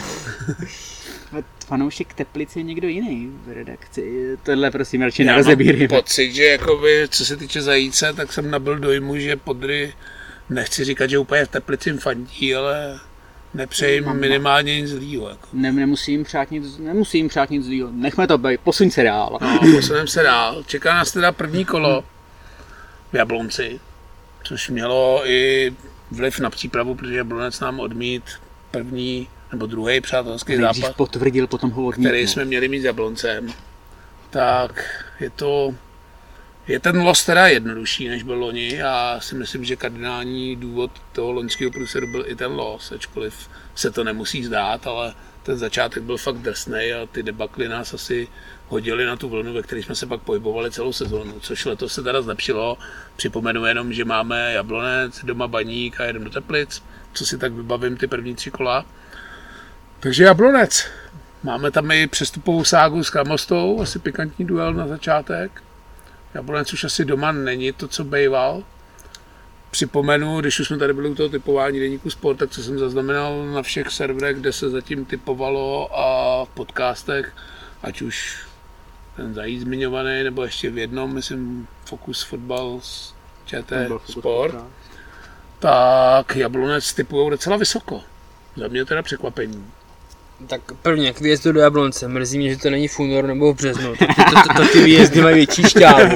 Fanoušek Teplic je někdo jiný v redakci. Tohle prosím radši nerozebírejme. Já mám pocit, že jakoby, co se týče Zajíce, tak jsem nabyl dojmu, že Podry, nechci říkat, že úplně v Teplicím fandí, ale... Nepřejím minimálně nic zlýho. Jako. Ne, nemusím přát nic, nemusím přát nic zlýho. Nechme to být, posuň se dál. No, posunem se dál. Čeká nás teda první kolo v Jablonci, což mělo i vliv na přípravu, protože Jablonec nám odmít první nebo druhý přátelský Nejdřív zápas, potvrdil, potom ho odmítl. který jsme měli mít s Jabloncem. Tak je to... Je ten los teda jednodušší, než byl loni. Já si myslím, že kardinální důvod toho loňského průseru byl i ten los, ačkoliv se to nemusí zdát, ale ten začátek byl fakt drsnej a ty debakly nás asi hodili na tu vlnu, ve které jsme se pak pohybovali celou sezónu, což letos se teda zlepšilo. Připomenu jenom, že máme Jablonec, doma Baník a jedem do Teplic, co si tak vybavím ty první tři kola. Takže Jablonec. Máme tam i přestupovou ságu s Kramostou, asi pikantní duel na začátek. Jablonec už asi doma není to, co bejval. Připomenu, když už jsme tady byli u toho typování deníku Sport, tak co jsem zaznamenal na všech serverech, kde se zatím typovalo a v podcastech, ať už ten Zajíc zmiňovaný, nebo ještě v jednom, myslím, Focus Fotbal z ČT Sport, tak Jablonec typujou docela vysoko. Za mě teda překvapení. Tak prvně, k výjezdu do Jablonce, mrzí mě, že to není v únoru nebo v březnu, to, to, to, to, to ty výjezdy mají větší šťávu.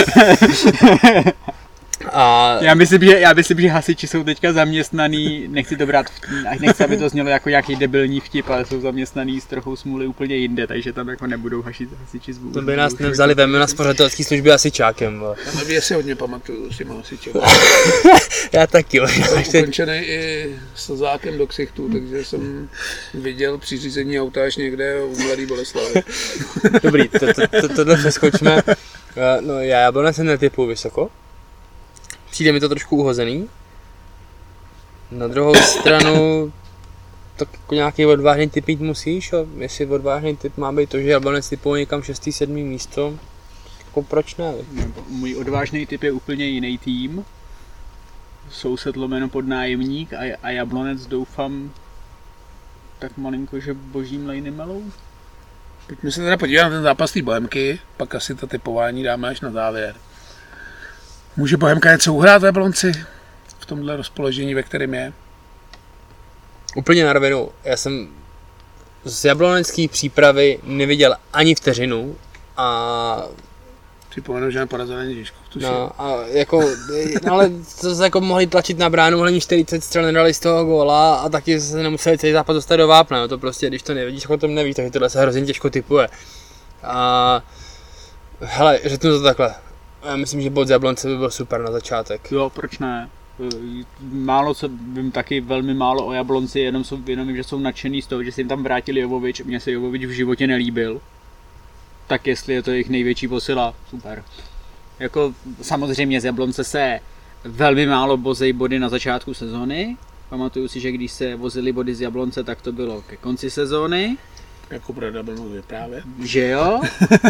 A... Já myslím, že, já myslím, že hasiči jsou teďka zaměstnaný, nechci to brát, nechci, aby to znělo jako nějaký debilní vtip, ale jsou zaměstnaný s trochou smůly úplně jinde, takže tam jako nebudou haši, hasiči zvůli. To by nás nevzali veme na spořadatelský služby hasičákem. Já nevím, si hodně pamatuju s těma hasičem. Já taky. Jsem ukončený i slzákem do ksichtu, takže jsem viděl při řízení auta až někde u Mladý Boleslavy. Dobrý, to, to, to, tohle přeskočme. No, já Jablonec se netypuju vysoko. Přijde mi to trošku uhozený. Na druhou stranu tak jako nějaký odvážný typ mít musíš a jestli odvážný typ má být to, že Jablonec typuje někam šestý sedmý místo, jako proč ne? Můj odvážný typ je úplně jiný tým. Soused lomeno podnájemník a, a Jablonec doufám tak malinko, že boží mlejny melou. Pojďme se teda podívat na ten zápas té Bohemky, pak asi to typování dáme až na závěr. Může Bohemka něco uhrát v Jablonci v tomhle rozpoložení, ve kterém je? Úplně na rovinu. Já jsem z jablonecké přípravy neviděl ani vteřinu a... Připomenu, že na porazený Žižkov, tuším. No, a jako, ale to se jako mohli tlačit na bránu, hlavně čtyřicet stran nedali z toho góla a taky se nemuseli celý zápas dostat do vápna. No to prostě, když to nevidíš, jako to nevíš, takže tohle se hrozně těžko typuje. A hele, řeknu to takhle. Já myslím, že bod z Jablonce by byl super na začátek. Jo, proč ne? Málo co, vím taky velmi málo o Jablonci, jenom, jsou, jenom vím, že jsou nadšený z toho, že si jim tam vrátili Jovovič. Mně se Jovovič v životě nelíbil. Tak jestli je to jejich největší posila, super. Jako samozřejmě z Jablonce se velmi málo vozej body na začátku sezóny. Pamatuju si, že když se vozili body z Jablonce, tak to bylo ke konci sezóny. Jako pravda bylo vyprávět. Že jo?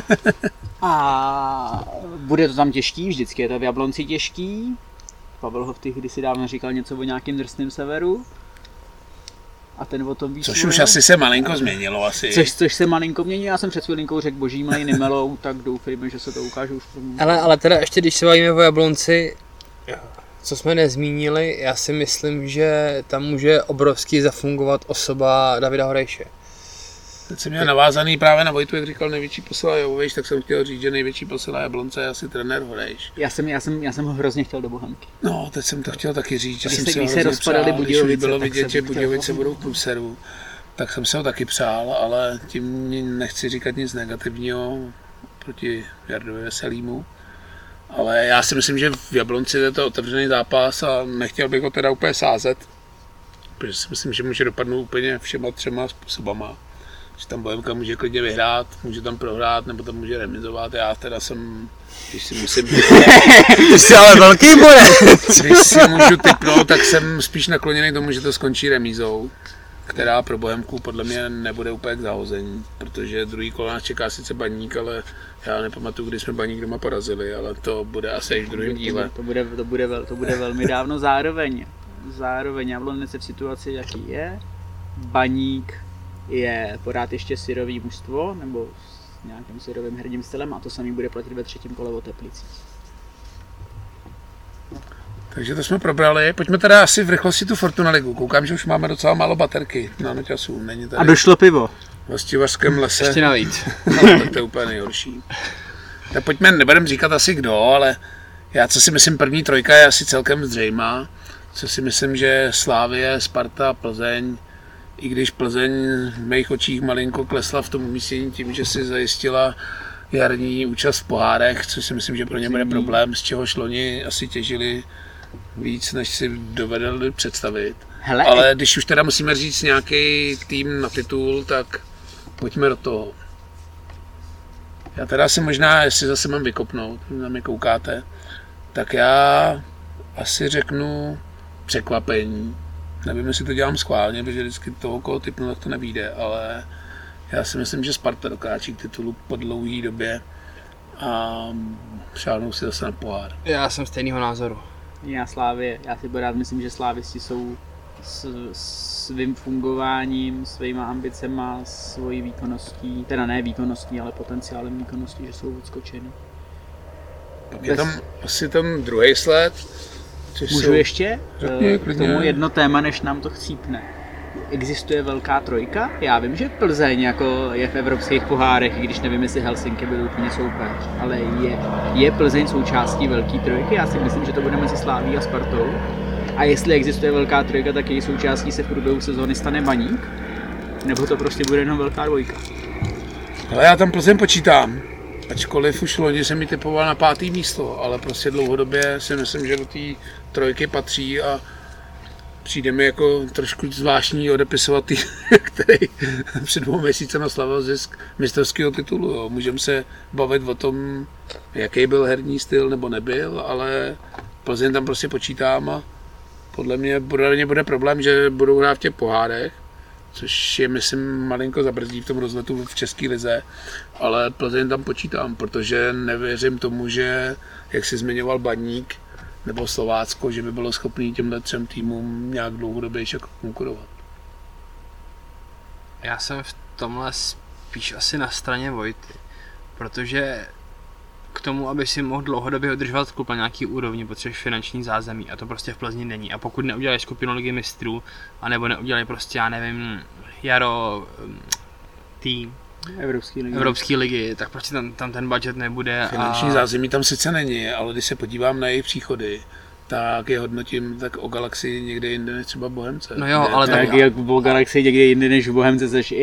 A bude to tam těžký, vždycky je to v Jablonci těžký. Pavel Hovtych kdysi dávno říkal něco o nějakým drsném severu. A ten o tom víc. Což už asi se malinko změnilo asi. Což, což se malinko mění, já jsem před chvilinkou řekl boží mlej Nimelou, tak doufejme, že se to ukáže už. Ale, ale teda ještě když se bavíme o Jablonci, co jsme nezmínili, já si myslím, že tam může obrovský zafungovat osoba Davida Horejše. Teď jsem měl navázaný právě na Vojtu, jak říkal největší posila Jovovejš, tak jsem chtěl říct, že největší posila Jablonce je asi trenér Horejš. Já jsem, já, jsem, já jsem ho hrozně chtěl do Bohemky. No, teď jsem to chtěl taky říct, že když jsem se, si když ho se rozpadaly Budějovice, když už bylo tak vidět, že chtěl Budějovice budou v průseru, tak jsem se ho taky přál, ale tím nechci říkat nic negativního proti Jardovi Veselýmu. Ale já si myslím, že v Jablonci je to otevřený zápas a nechtěl bych ho teda úplně sázet, protože si myslím, že může dopadnout úplně všema třema způsobama. Že tam Bohemka může klidně vyhrát, může tam prohrát, nebo tam může remizovat. Já teda jsem, když si musím... Ty jsi ale velký bude! Když si můžu tipnout, tak jsem spíš nakloněný tomu, že to skončí remízou, která pro Bohemku podle mě nebude úplně k zahození, protože druhý kolo nás čeká sice Baník, ale já nepamatuju, kdy jsme Baník doma porazili, ale to bude asi i v druhém díle. To bude, to bude, to bude velmi dávno zároveň. Zároveň Jablonec je v situaci, jaký je. Baník je pořád ještě syrový mužstvo, nebo s nějakým syrovým herním stylem a to samý bude platit ve třetím kole o Teplicích. Takže to jsme probrali. Pojďme teda asi v rychlosti tu Fortuna ligu. Koukám, že už máme docela málo baterky na noťasu. Není tady a došlo pivo. V Hostivařském lese. Ještě navíc. No, tak to je úplně nejhorší. Tak pojďme, nebudem říkat asi kdo, ale já co si myslím, první trojka je asi celkem zřejmá. Co si myslím, že Slavie, Sparta, Plzeň, i když Plzeň v mých očích malinko klesla v tom umístění tím, že si zajistila jarní účast v pohárech, což si myslím, že pro ně bude problém, z čehož loni asi těžili víc, než si dovedli představit. Hele. Ale když už teda musíme říct nějaký tým na titul, tak pojďme do toho. Já teda si možná, jestli zase mám vykopnout, na mě koukáte, tak já asi řeknu překvapení. Nevím, jestli to dělám schválně, protože vždycky toho, koho typnu, tak to nevyjde, ale já si myslím, že Sparta dokáží k titulu po dlouhé době a šáhnou si zase na pohár. Já jsem stejného názoru. Já Slávě, já si rád myslím, že slávisti jsou s svým fungováním, svýma ambicema, svojí výkonností, teda ne výkonností, ale potenciálem výkonností, že jsou odskočeny. Bez... Je tam asi ten druhý sled. Můžu jsou... ještě Řekni, k tomu jedno téma, než nám to chcípne. Existuje velká trojka? Já vím, že Plzeň jako je v evropských pohárech, i když nevím, jestli Helsinki byl úplně soupeř, ale je, je Plzeň součástí velké trojky? Já si myslím, že to bude mezi Slaví a Spartou. A jestli existuje velká trojka, tak její součástí se v průběhu sezóny stane Baník? Nebo to prostě bude jenom velká dvojka? Ale já tam Plzeň počítám. Ačkoliv už loni jsem mi typoval na pátý místo, ale prostě dlouhodobě si myslím, že do té trojky patří a přijde mi jako trošku zvláštní odepisovat tý, který před dvou měsícem slavil zisk mistrovského titulu. Jo. Můžeme se bavit o tom, jaký byl herní styl nebo nebyl, ale Plzeň tam prostě počítám a podle mě bude, bude problém, že budou hrát v těch pohárech, což je, myslím, malinko zabrzdí v tom rozletu v české lize, ale Plzeň tam počítám, protože nevěřím tomu, že, jak si zmiňoval Baník nebo Slovácko, že by bylo schopný těmhle třem týmům nějak dlouhodobě ještě konkurovat. Já jsem v tomhle spíš asi na straně Vojty, protože k tomu, aby si mohl dlouhodobě udržovat klub na nějaký úrovni, potřebuješ finanční zázemí a to prostě v Plzni není. A pokud neudělají skupinu ligy mistrů, anebo neudělají prostě, já nevím, jaro tým Evropské ligy. Evropské ligy, tak prostě tam, tam ten budget nebude. Finanční a... zázemí tam sice není, ale když se podívám na jejich příchody, tak je hodnotím tak o Galaxii někde jinde než třeba Bohemce. No jo, ale tak, tak jak o Galaxii někde jinde než v Bohemce, seš i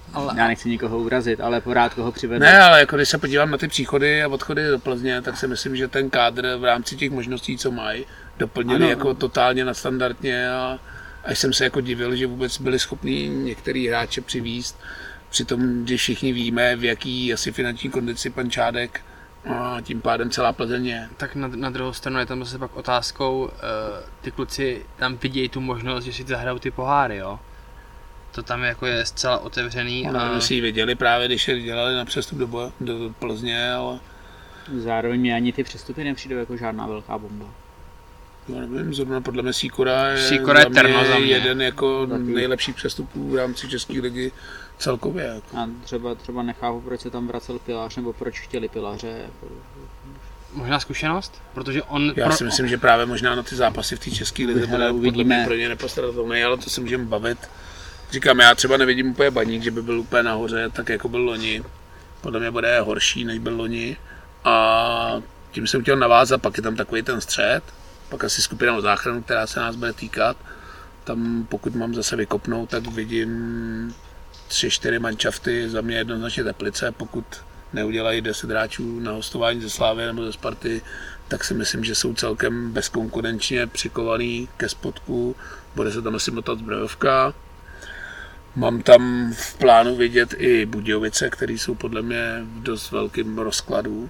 Ale... Já nechci nikoho urazit, ale pořád koho přivedl. Ne, ale jako když se podívám na ty příchody a odchody do Plzně, tak si myslím, že ten kádr v rámci těch možností, co mají, doplnili ano. jako totálně nadstandardně a až jsem se jako divil, že vůbec byli schopní některý hráče přivízt. Přitom, když všichni víme, v jaký asi finanční kondici pan Čádek a tím pádem celá Plzeň je. Tak na, na druhou stranu je tam zase pak otázkou, uh, ty kluci tam vidějí tu možnost, že si zahrajou ty poháry, jo? To tam jako je zcela otevřený. No, a... si ji viděli právě, když je dělali na přestup do, boje, do Plzně, ale... Zároveň mě ani ty přestupy nepřijdou jako žádná velká bomba. No nevím, zrovna podle mě Sýkora je, Sýkora je terno za mě. jeden jako nejlepších přestupů v rámci České ligy celkově. Jako. A třeba, třeba nechápu, proč se tam vracel Pilář, nebo proč chtěli Piláře. Jako... Možná zkušenost? Protože on... Já pro... si myslím, že právě možná na ty zápasy v té České lize bude podle mě pro ně nepostradatelný, ale to se můžeme bavit. Říkám, já třeba nevidím úplně Baník, že by byl úplně nahoře, tak jako byl loni. Podle mě bude horší, než byl loni. A tím jsem chtěl navázat, pak je tam takový ten střed, pak asi skupina o záchranu, která se nás bude týkat. Tam pokud mám zase vykopnout, tak vidím tři, čtyři manšafty, za mě jednoznačně Teplice, pokud neudělají deset hráčů na hostování ze Slávy nebo ze Sparty, tak si myslím, že jsou celkem bezkonkurenčně přikovaný ke spodku. Bude se tam asi motat zbrojovka. Mám tam v plánu vidět i Budějovice, které jsou podle mě v dost velkém rozkladu.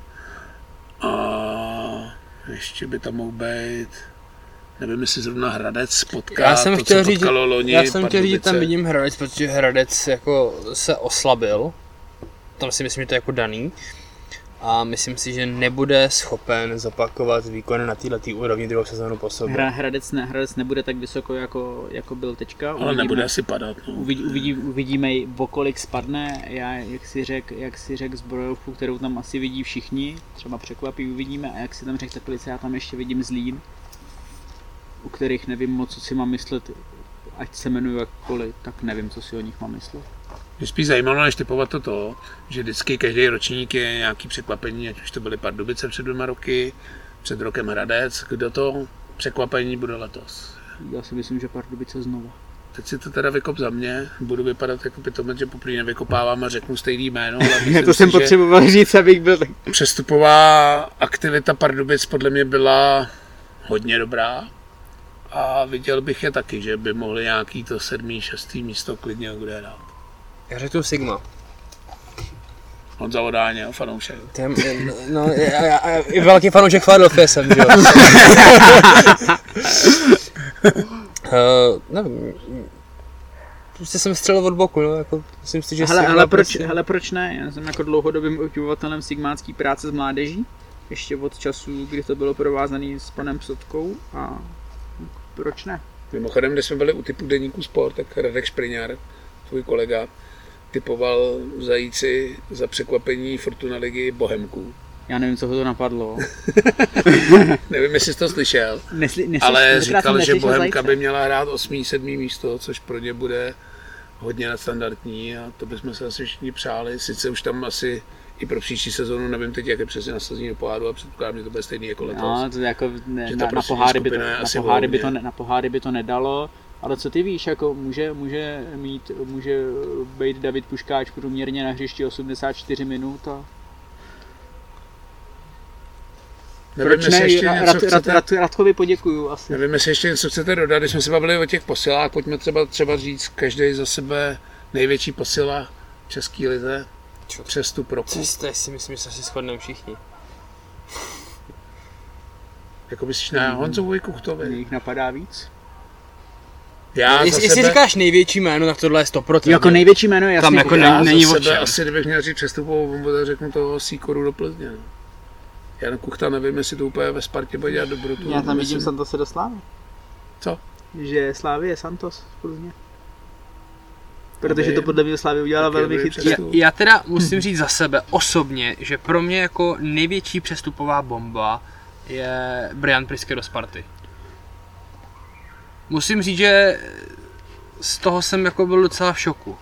A ještě by tam mohl být, nevím, jestli zrovna Hradec potká já jsem to, chtěl co říct, potkalo loni. Já jsem chtěl říct, že Pardubice. tam vidím Hradec, protože Hradec jako se oslabil. Tam si myslím, že to je jako daný. A myslím si, že nebude schopen zopakovat výkon na této úrovni druhou sezónu po sobě. Hra, Hradec, ne, Hradec nebude tak vysoko, jako, jako byl teďka. Ale uvidíme, nebude asi padat. No. Uvidí, uvidí, uvidíme, o kolik spadne. Já, jak si řekl, jak si řek zbrojovku, kterou tam asi vidí všichni, třeba překvapí, uvidíme. A jak si tam řekl Teplice, já tam ještě vidím Zlín, u kterých nevím moc, co si mám myslet. Ať se jmenuji jakkoliv, tak nevím, co si o nich mám myslet. Mě spíš zajímalo, než typovat to to, že vždycky každý ročník je nějaký překvapení, ať už to byly Pardubice před dvěma roky, před rokem Hradec, kdo to překvapení bude letos. Já si myslím, že Pardubice znova. Teď si to teda vykop za mě, budu vypadat jako pitomec, že poprvé nevykopávám a řeknu stejný jméno. Ale to jsem si, potřeboval říct, abych byl tak. Přestupová aktivita Pardubic podle mě byla hodně dobrá a viděl bych je taky, že by mohli nějaký to sedmý, šestý místo klidně kde dát. Já řeknu Sigma. Honza Vodáně, fanoušek. Tém, no, já, já, já, i velký fanoušek Philadelphia jsem, že jo. uh, nevím. Prostě jsem střelil od boku, no, jako, myslím si, že hele, Sigma hele, proč, prostě... hele, proč ne? Já jsem jako dlouhodobým obdivovatelem sigmátský práce s mládeží. Ještě od času, kdy to bylo provázané s panem Sotkou a proč ne? Mimochodem, když jsme byli u typu deníku Sport, tak Radek Špriňár, tvůj kolega, typoval v Zajíci za překvapení Fortuna ligy Bohemku. Já nevím, co ho to napadlo. Nevím, jestli jsi to slyšel, Nesli, nesli, ale říkal, že Bohemka by měla hrát osmý, sedmý místo, což pro ně bude hodně nadstandardní a to bychom se asi všichni přáli. Sice už tam asi i pro příští sezonu, nevím teď, jak je přesně nasazení do poháru a předpokládám, že to bude stejný jako letos. No, to jako ne, na, na, poháry by to, na, poháry by to, na poháry by to nedalo. Ale co ty víš, jako může, může mít, může být David Puškáč průměrně na hřišti osmdesát čtyři minut a... Nevím, Proč ne? ještě Rad, něco Rad, chcete... Rad, Radkovi poděkuju asi. Nevím, jestli ještě něco chcete dodat, když jsme se bavili o těch posilách, pojďme třeba, třeba říct každý za sebe největší posila České lize, přestup roku. To si myslím, že se asi shodneme všichni. Jako myslíš na Honzovu i Kuchtovi? Mě jich napadá víc. Já Jestli, za jestli sebe... říkáš největší jméno, tak tohle je sto procent. Jako největší jméno je jasně. Tam jako Já není za o sebe čem. asi, kdybych měl říct přestupovou bombu, tak řeknu toho Sýkoru do Plzně. No. Jan Kuchta, nevím, jestli to úplně ve Spartě bude dělat dobrotu. Já tam vidím Santose do Slávy. Co? Že Slávy je Santos v Plzně. Protože to podle mě Slávy udělala velmi chytrý. Já, já teda musím říct za sebe osobně, že pro mě jako největší přestupová bomba je Brian Priske do Sparty. Musím říct, že z toho jsem jako byl docela v šoku.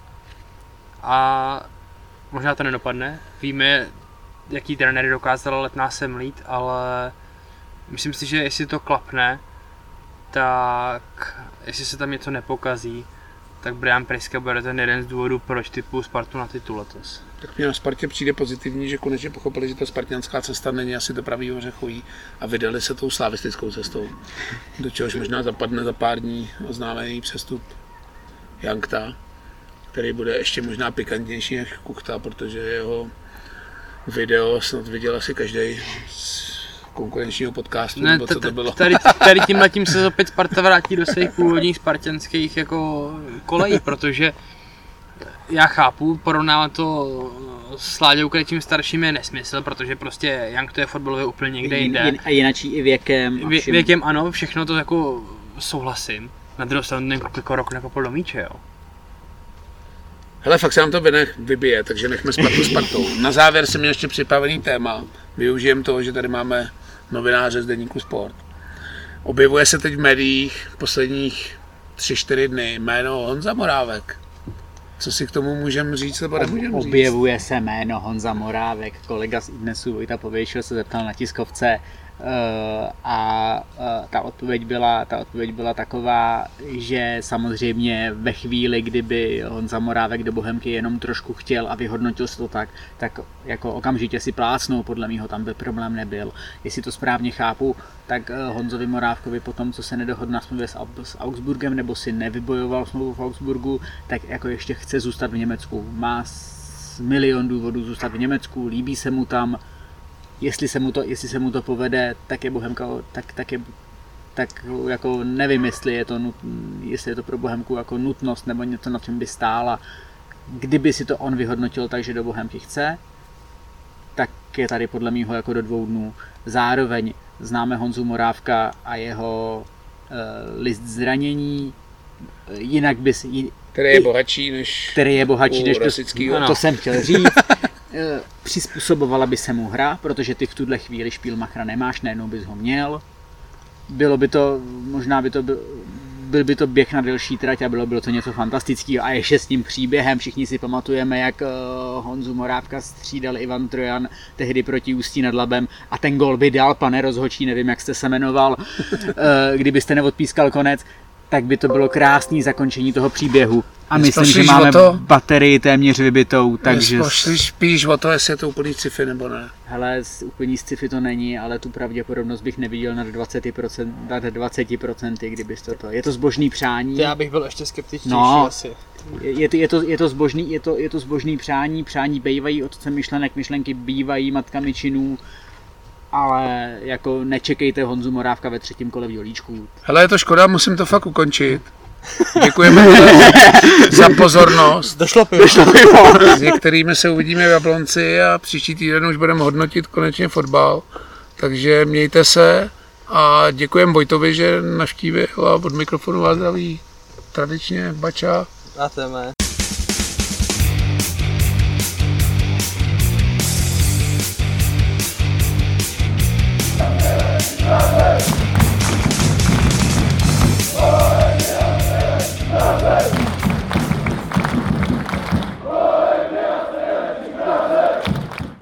A možná to nedopadne. Víme, jaký trenéry dokázal Letná sem lít, ale myslím si, že jestli to klapne, tak jestli se tam něco nepokazí, tak Brian Priska bude ten jeden z důvodů, proč typu Spartu na titul letos. Tak mě na Spartě přijde pozitivní, že konečně pochopili, že ta spartianská cesta není asi to pravý ořechový a vydali se tou slavistickou cestou, do čehož možná zapadne za pár dní oznámený přestup Jankta, který bude ještě možná pikantnější než Kuchta, protože jeho video snad viděl asi každý z konkurenčního podcastu, ne, nebo co to bylo. Tady, tady tímhletím se opět Sparta vrátí do svých původních spartanských jako kolejí, protože já chápu, porovnávat to s Láďou Krejčím starším je nesmysl, protože prostě Jank to je fotbalově úplně někde jinde. A jinačí i věkem. Vě, věkem ano, všechno to jako souhlasím. Na druhou stranu ten kluk jako rok nekopl do míče, jo. Hele, fakt se nám to vynech vybije, takže nechme Spartu Spartou. Na závěr jsem měl ještě připravený téma. Využijem toho, že tady máme novináře z deníku Sport. Objevuje se teď v médiích posledních tři čtyři dny jméno Honza Morávek. Co si k tomu můžeme říct, nebo nemůžeme říct? Objevuje se jméno Honza Morávek. Kolega z Idnesu Vojta Pověšil se zeptal na tiskovce uh, a uh, ta odpověď byla, ta odpověď byla taková, že samozřejmě ve chvíli, kdyby Honza Morávek do Bohemky jenom trošku chtěl a vyhodnotil se to tak, tak jako okamžitě si plácnou, podle mýho tam by problém nebyl. Jestli to správně chápu, tak Honzovi Morávkovi po tom, co se nedohodl na smlouvě s Augsburgem nebo si nevybojoval smlouvu v Augsburgu, tak jako ještě chce zůstat v Německu. Má milion důvodů zůstat v Německu, líbí se mu tam. Jestli se mu to, jestli se mu to povede, tak je Bohemka, tak, tak, je, tak jako nevím, jestli je to, nut, jestli je to pro Bohemku jako nutnost nebo něco, na čem by stála. Kdyby si to on vyhodnotil tak, že do Bohemky chce, tak je tady podle mýho jako do dvou dnů. Zároveň známe Honzu Morávka a jeho uh, list zranění, jinak bys... Který je bohatší než... Který je bohatší než... To, to jsem chtěl říct. Přizpůsobovala by se mu hra, protože ty v tuhle chvíli Špílmachra nemáš, najednou bys ho měl. Bylo by to, možná by to byl, byl by to běh na delší trať a bylo by to něco fantastického. A ještě s tím příběhem, všichni si pamatujeme, jak uh, Honzu Morávka střídal Ivan Trojan tehdy proti Ústí nad Labem a ten gól by dal, pane rozhodčí, nevím, jak jste se jmenoval, uh, kdybyste neodpískal konec, tak by to bylo krásné zakončení toho příběhu. A myslím, že máme to, baterii téměř vybitou, takže... Spíš o to, jestli je to úplný sci-fi nebo ne. Hele, úplný sci-fi to není, ale tu pravděpodobnost bych neviděl nad dvacet procent, nad dvacet procent, kdybys to to... Je to zbožný přání. To já bych byl ještě skeptičtější no, asi. Je to, je, to, je, to zbožný, je, to, je to zbožný přání, přání bývají otcem myšlenek, myšlenky bývají matkami činů, ale jako nečekejte Honzu Morávka ve třetím kole v Jolíčku. Hele, je to škoda, musím to fakt ukončit. Děkujeme za pozornost. Došlo pivo. Došlo pivo. S některými se uvidíme v Jablonci a příští týden už budeme hodnotit konečně fotbal. Takže mějte se a děkujeme Vojtovi, že navštívil a od mikrofonu vás zdraví tradičně Bača. A téme.